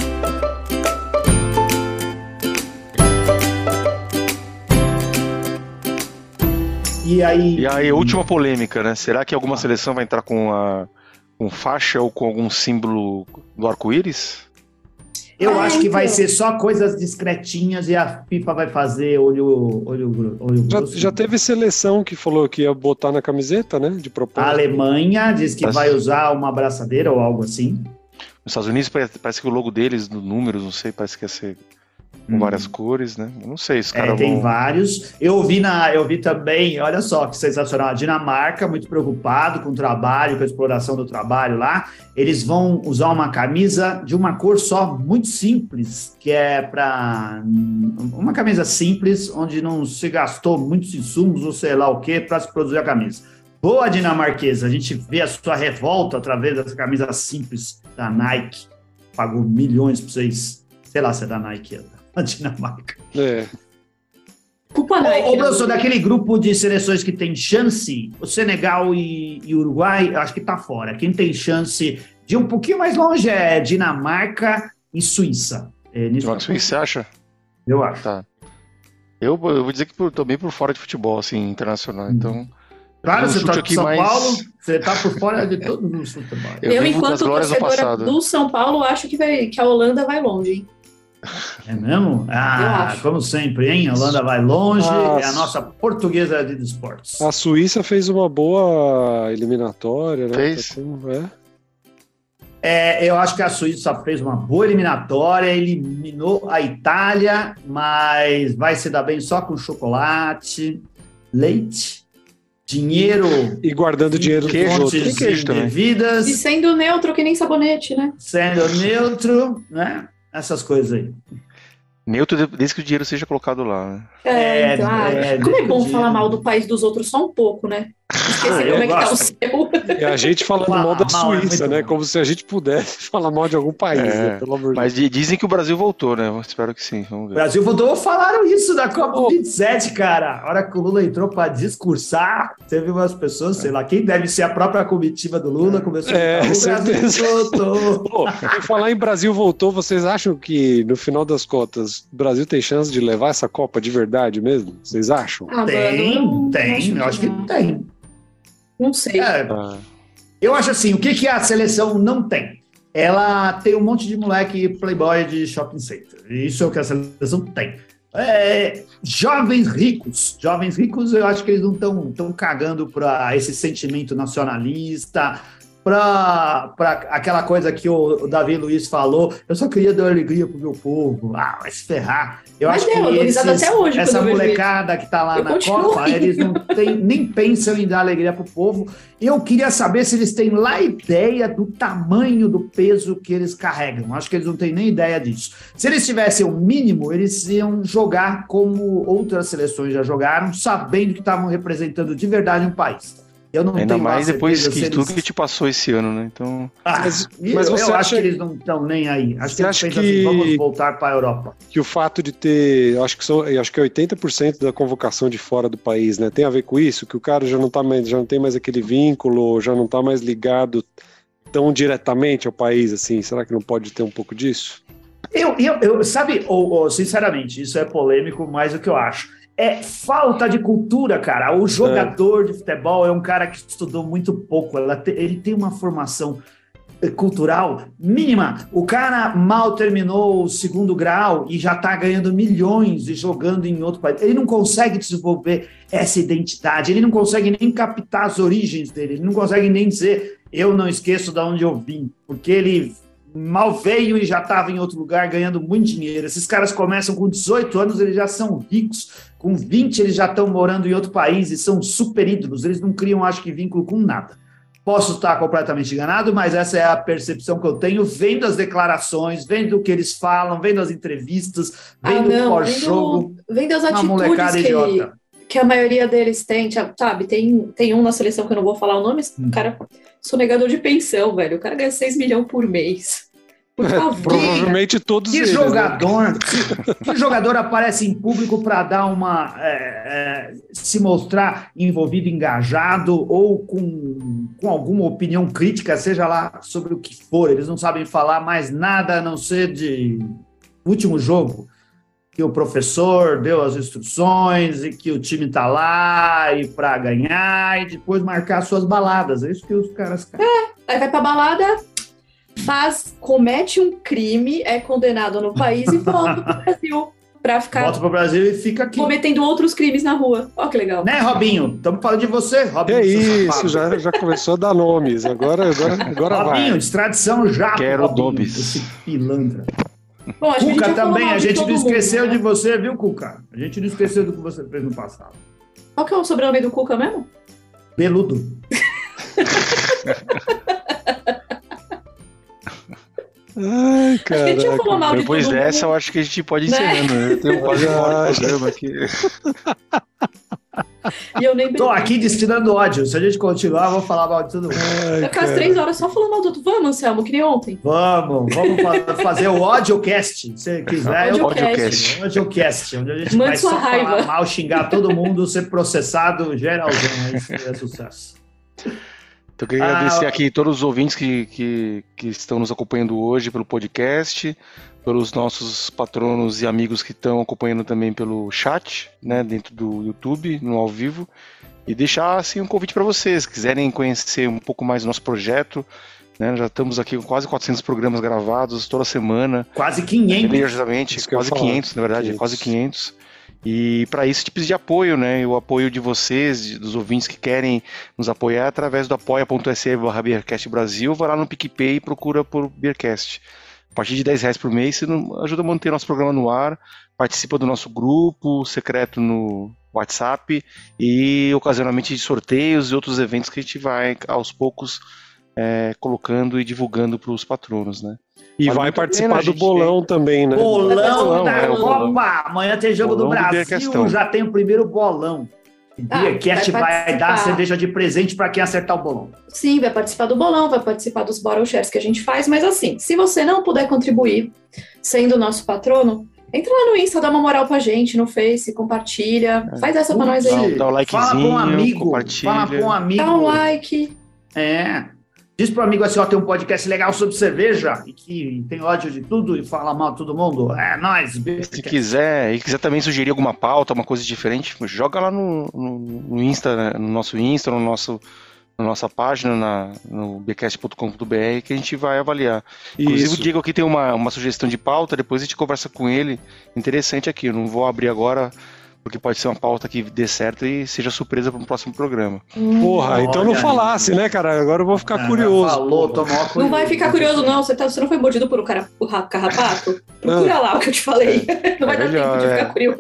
E aí, última polêmica, né? Será que alguma seleção vai entrar com faixa ou com algum símbolo do arco-íris? Eu acho que vai ser só coisas discretinhas e a FIFA vai fazer olho grosso. Já teve seleção que falou que ia botar na camiseta, né? De propósito. A Alemanha diz que vai usar uma abraçadeira ou algo assim. Nos Estados Unidos parece que o logo deles, no números, não sei, parece que ia ser com várias cores, né? Eu não sei, os caras tem vários. Eu vi também, olha só que sensacional, a Dinamarca, muito preocupado com o trabalho, com a exploração do trabalho lá. Eles vão usar uma camisa de uma cor só, muito simples, que é para uma camisa simples, onde não se gastou muitos insumos ou sei lá o que para se produzir a camisa. Boa, dinamarquesa, a gente vê a sua revolta através dessa camisa simples da Nike. Pagou milhões para vocês. Sei lá se é da Nike, a Dinamarca. Culpa Nike. Professor, daquele grupo de seleções que tem chance, o Senegal e Uruguai, acho que tá fora. Quem tem chance de um pouquinho mais longe é Dinamarca e Suíça. Suíça, você acha? Eu acho. Tá. Eu vou dizer que tô bem por fora de futebol, assim, internacional, então... Claro, você tá com São Paulo, você tá por fora de todos os futebol. Eu enquanto torcedora do São Paulo, acho que a Holanda vai longe, hein? É mesmo? Como sempre, hein? A Holanda vai longe, é a nossa portuguesa de esportes. A Suíça fez uma boa eliminatória, né? Fez? Eu acho que a Suíça fez uma boa eliminatória, eliminou a Itália, mas vai se dar bem só com chocolate, leite, dinheiro... E guardando dinheiro dos outros indevidas. E sendo neutro que nem sabonete, né? Sendo neutro, né? Essas coisas aí. Neutro desde que o dinheiro seja colocado lá, né? Como é bom falar mal do país dos outros só um pouco, né? Esquecer como é que tá o seu. E a gente falando mal da Suíça, né? Como se a gente pudesse falar mal de algum país, né? Pelo amor de Deus. Mas dizem que o Brasil voltou, né? Eu espero que sim. Vamos ver. O Brasil voltou, falaram isso da Copa 27, cara. A hora que o Lula entrou pra discursar, teve umas pessoas, sei lá, quem deve ser a própria comitiva do Lula, começou a falar, o Brasil voltou. Por falar em Brasil voltou, vocês acham que, no final das contas, o Brasil tem chance de levar essa Copa de verdade mesmo? Vocês acham? Tem, eu acho que tem. Não sei. Eu acho assim, o que a seleção não tem? Ela tem um monte de moleque playboy de shopping center. Isso é o que a seleção tem. Jovens ricos, eu acho que eles não estão cagando para esse sentimento nacionalista, para aquela coisa que o Davi Luiz falou, eu só queria dar alegria pro meu povo. Vai se ferrar. Eu acho que até hoje, essa molecada que está lá na Copa, eles nem pensam em dar alegria pro povo. Eu queria saber se eles têm lá ideia do tamanho do peso que eles carregam. Acho que eles não têm nem ideia disso. Se eles tivessem o mínimo, eles iam jogar como outras seleções já jogaram, sabendo que estavam representando de verdade um país. Eu não Ainda tenho mais depois que tudo que te passou esse ano, né? Então... Mas eu acho que eles não estão nem aí. Acho que eles pensam assim, vamos voltar para a Europa. Que o fato de ter, acho que é 80% da convocação de fora do país, né? Tem a ver com isso? Que o cara já não tem mais aquele vínculo, já não está mais ligado tão diretamente ao país, assim. Será que não pode ter um pouco disso? Sabe, sinceramente, isso é polêmico, mas o que eu acho é falta de cultura, cara. O jogador de futebol é um cara que estudou muito pouco. Ele tem uma formação cultural mínima. O cara mal terminou o 2º grau e já está ganhando milhões e jogando em outro país. Ele não consegue desenvolver essa identidade, ele não consegue nem captar as origens dele, ele não consegue nem dizer eu não esqueço de onde eu vim, porque ele mal veio e já estava em outro lugar ganhando muito dinheiro. Esses caras começam com 18 anos, eles já são ricos, com 20 eles já estão morando em outro país e são super ídolos, eles não criam, acho que, vínculo com nada. Posso estar completamente enganado, mas essa é a percepção que eu tenho, vendo as declarações, vendo o que eles falam, vendo as entrevistas, vendo o pós-jogo. Vendo as atitudes que a maioria deles tem, sabe? Tem um na seleção que eu não vou falar o nome, o cara sonegador de pensão, velho. O cara ganha 6 milhões por mês. Por favor. Provavelmente todos eles. Que jogador aparece em público para dar uma se mostrar envolvido, engajado ou com alguma opinião crítica, seja lá sobre o que for. Eles não sabem falar mais nada a não ser de último jogo, que o professor deu as instruções e que o time está lá e para ganhar e depois marcar suas baladas. É isso que os caras querem. Aí vai pra balada, comete um crime, é condenado no país e volta pro Brasil. Pra ficar volta pro Brasil e fica aqui. Cometendo outros crimes na rua. Ó, que legal. Né, Robinho? Estamos falando de você, Robinho. É isso, já começou a dar nomes. Agora Robinho, vai. extradição já. Quero nomes. Esse pilantra. Bom, Cuca também, a gente não esqueceu de você, viu, Cuca? A gente não esqueceu do que você fez no passado. Qual que é o sobrenome do Cuca mesmo? Beludo. Ai, cara. A gente já falou mal de depois dessa, eu acho que a gente pode ir encerrando. Né? Eu tenho quase uma hora de programa aqui. E eu nem tô aqui destilando ódio. Se a gente continuar, eu vou falar mal de todo mundo. Vai ficar as 3 horas só falando mal do outro. Vamos, Anselmo, que nem ontem. Vamos fazer o AudioCast. Se você quiser, AudioCast. Onde a gente vai só falar mal, xingar todo mundo, ser processado, geralzão. Isso é sucesso. Então, eu queria agradecer aqui todos os ouvintes que estão nos acompanhando hoje pelo podcast, pelos nossos patronos e amigos que estão acompanhando também pelo chat, né, dentro do YouTube, no ao vivo, e deixar assim um convite para vocês, se quiserem conhecer um pouco mais do nosso projeto, né, já estamos aqui com quase 400 programas gravados toda semana. Quase 500. Religiosamente, quase 500, na verdade, quase 500. E para isso, tipos de apoio, né? O apoio de vocês, dos ouvintes que querem nos apoiar através do apoia.se/Beercast Brasil, vai lá no PicPay e procura por Beercast. A partir de R$10 por mês, você ajuda a manter nosso programa no ar, participa do nosso grupo secreto no WhatsApp e ocasionalmente de sorteios e outros eventos que a gente vai aos poucos colocando e divulgando para os patronos, né? E vai participar do bolão também, né? Bolão da Copa! Amanhã tem jogo do Brasil, já tem o primeiro bolão. Beercast vai dar cerveja de presente para quem acertar o bolão. Sim, vai participar do bolão, vai participar dos bottle shares que a gente faz, mas assim, se você não puder contribuir sendo nosso patrono, entra lá no Insta, dá uma moral pra gente, no Face, compartilha, faz essa pra nós aí. Dá um likezinho, fala com um amigo, compartilha. Fala com um amigo. Dá um like. Diz pro amigo assim, ó, tem um podcast legal sobre cerveja e que tem ódio de tudo e fala mal de todo mundo. É nóis. Se quiser também sugerir alguma pauta, uma coisa diferente, joga lá no Insta, né? No nosso Insta, na nossa página, no beercast.com.br, que a gente vai avaliar. Inclusive o Diego aqui tem uma sugestão de pauta, depois a gente conversa com ele. Interessante aqui, eu não vou abrir agora, porque pode ser uma pauta que dê certo e seja surpresa para um próximo programa. Porra, então não falasse, né, cara? Agora eu vou ficar curioso. Falou, tomou curioso. Não vai ficar curioso, não. Você não foi mordido por um carrapato? Procura lá o que eu te falei. Não vai dar tempo de ficar curioso.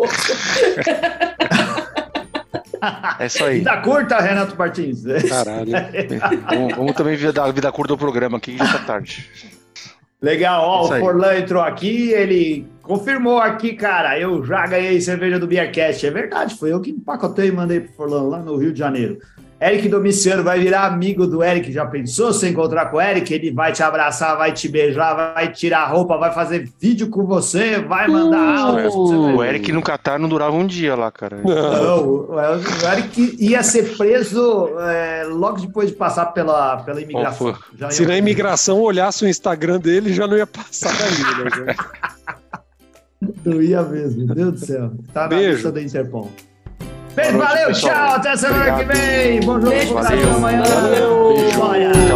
É isso aí. Vida curta, Renato Martins. Caralho. Vamos também dar vida curta do programa aqui, que já tá tarde. Legal, ó, o Forlan entrou aqui, ele confirmou aqui, cara, eu já ganhei cerveja do Beercast. É verdade, foi eu que empacotei e mandei pro Forlan lá no Rio de Janeiro. Eric Domiciano vai virar amigo do Eric, já pensou? Se encontrar com o Eric, ele vai te abraçar, vai te beijar, vai tirar a roupa, vai fazer vídeo com você, vai mandar áudio. O Eric no Catar não durava um dia lá, cara. Não, o Eric ia ser preso logo depois de passar pela imigração. Se na imigração olhasse o Instagram dele, já não ia passar dali, né? Não ia mesmo, meu Deus do céu. Tá na Beijo. lista da Interpol. Beijo, valeu, tchau, até semana que vem. Bom jogo pro Brasil amanhã. Valeu.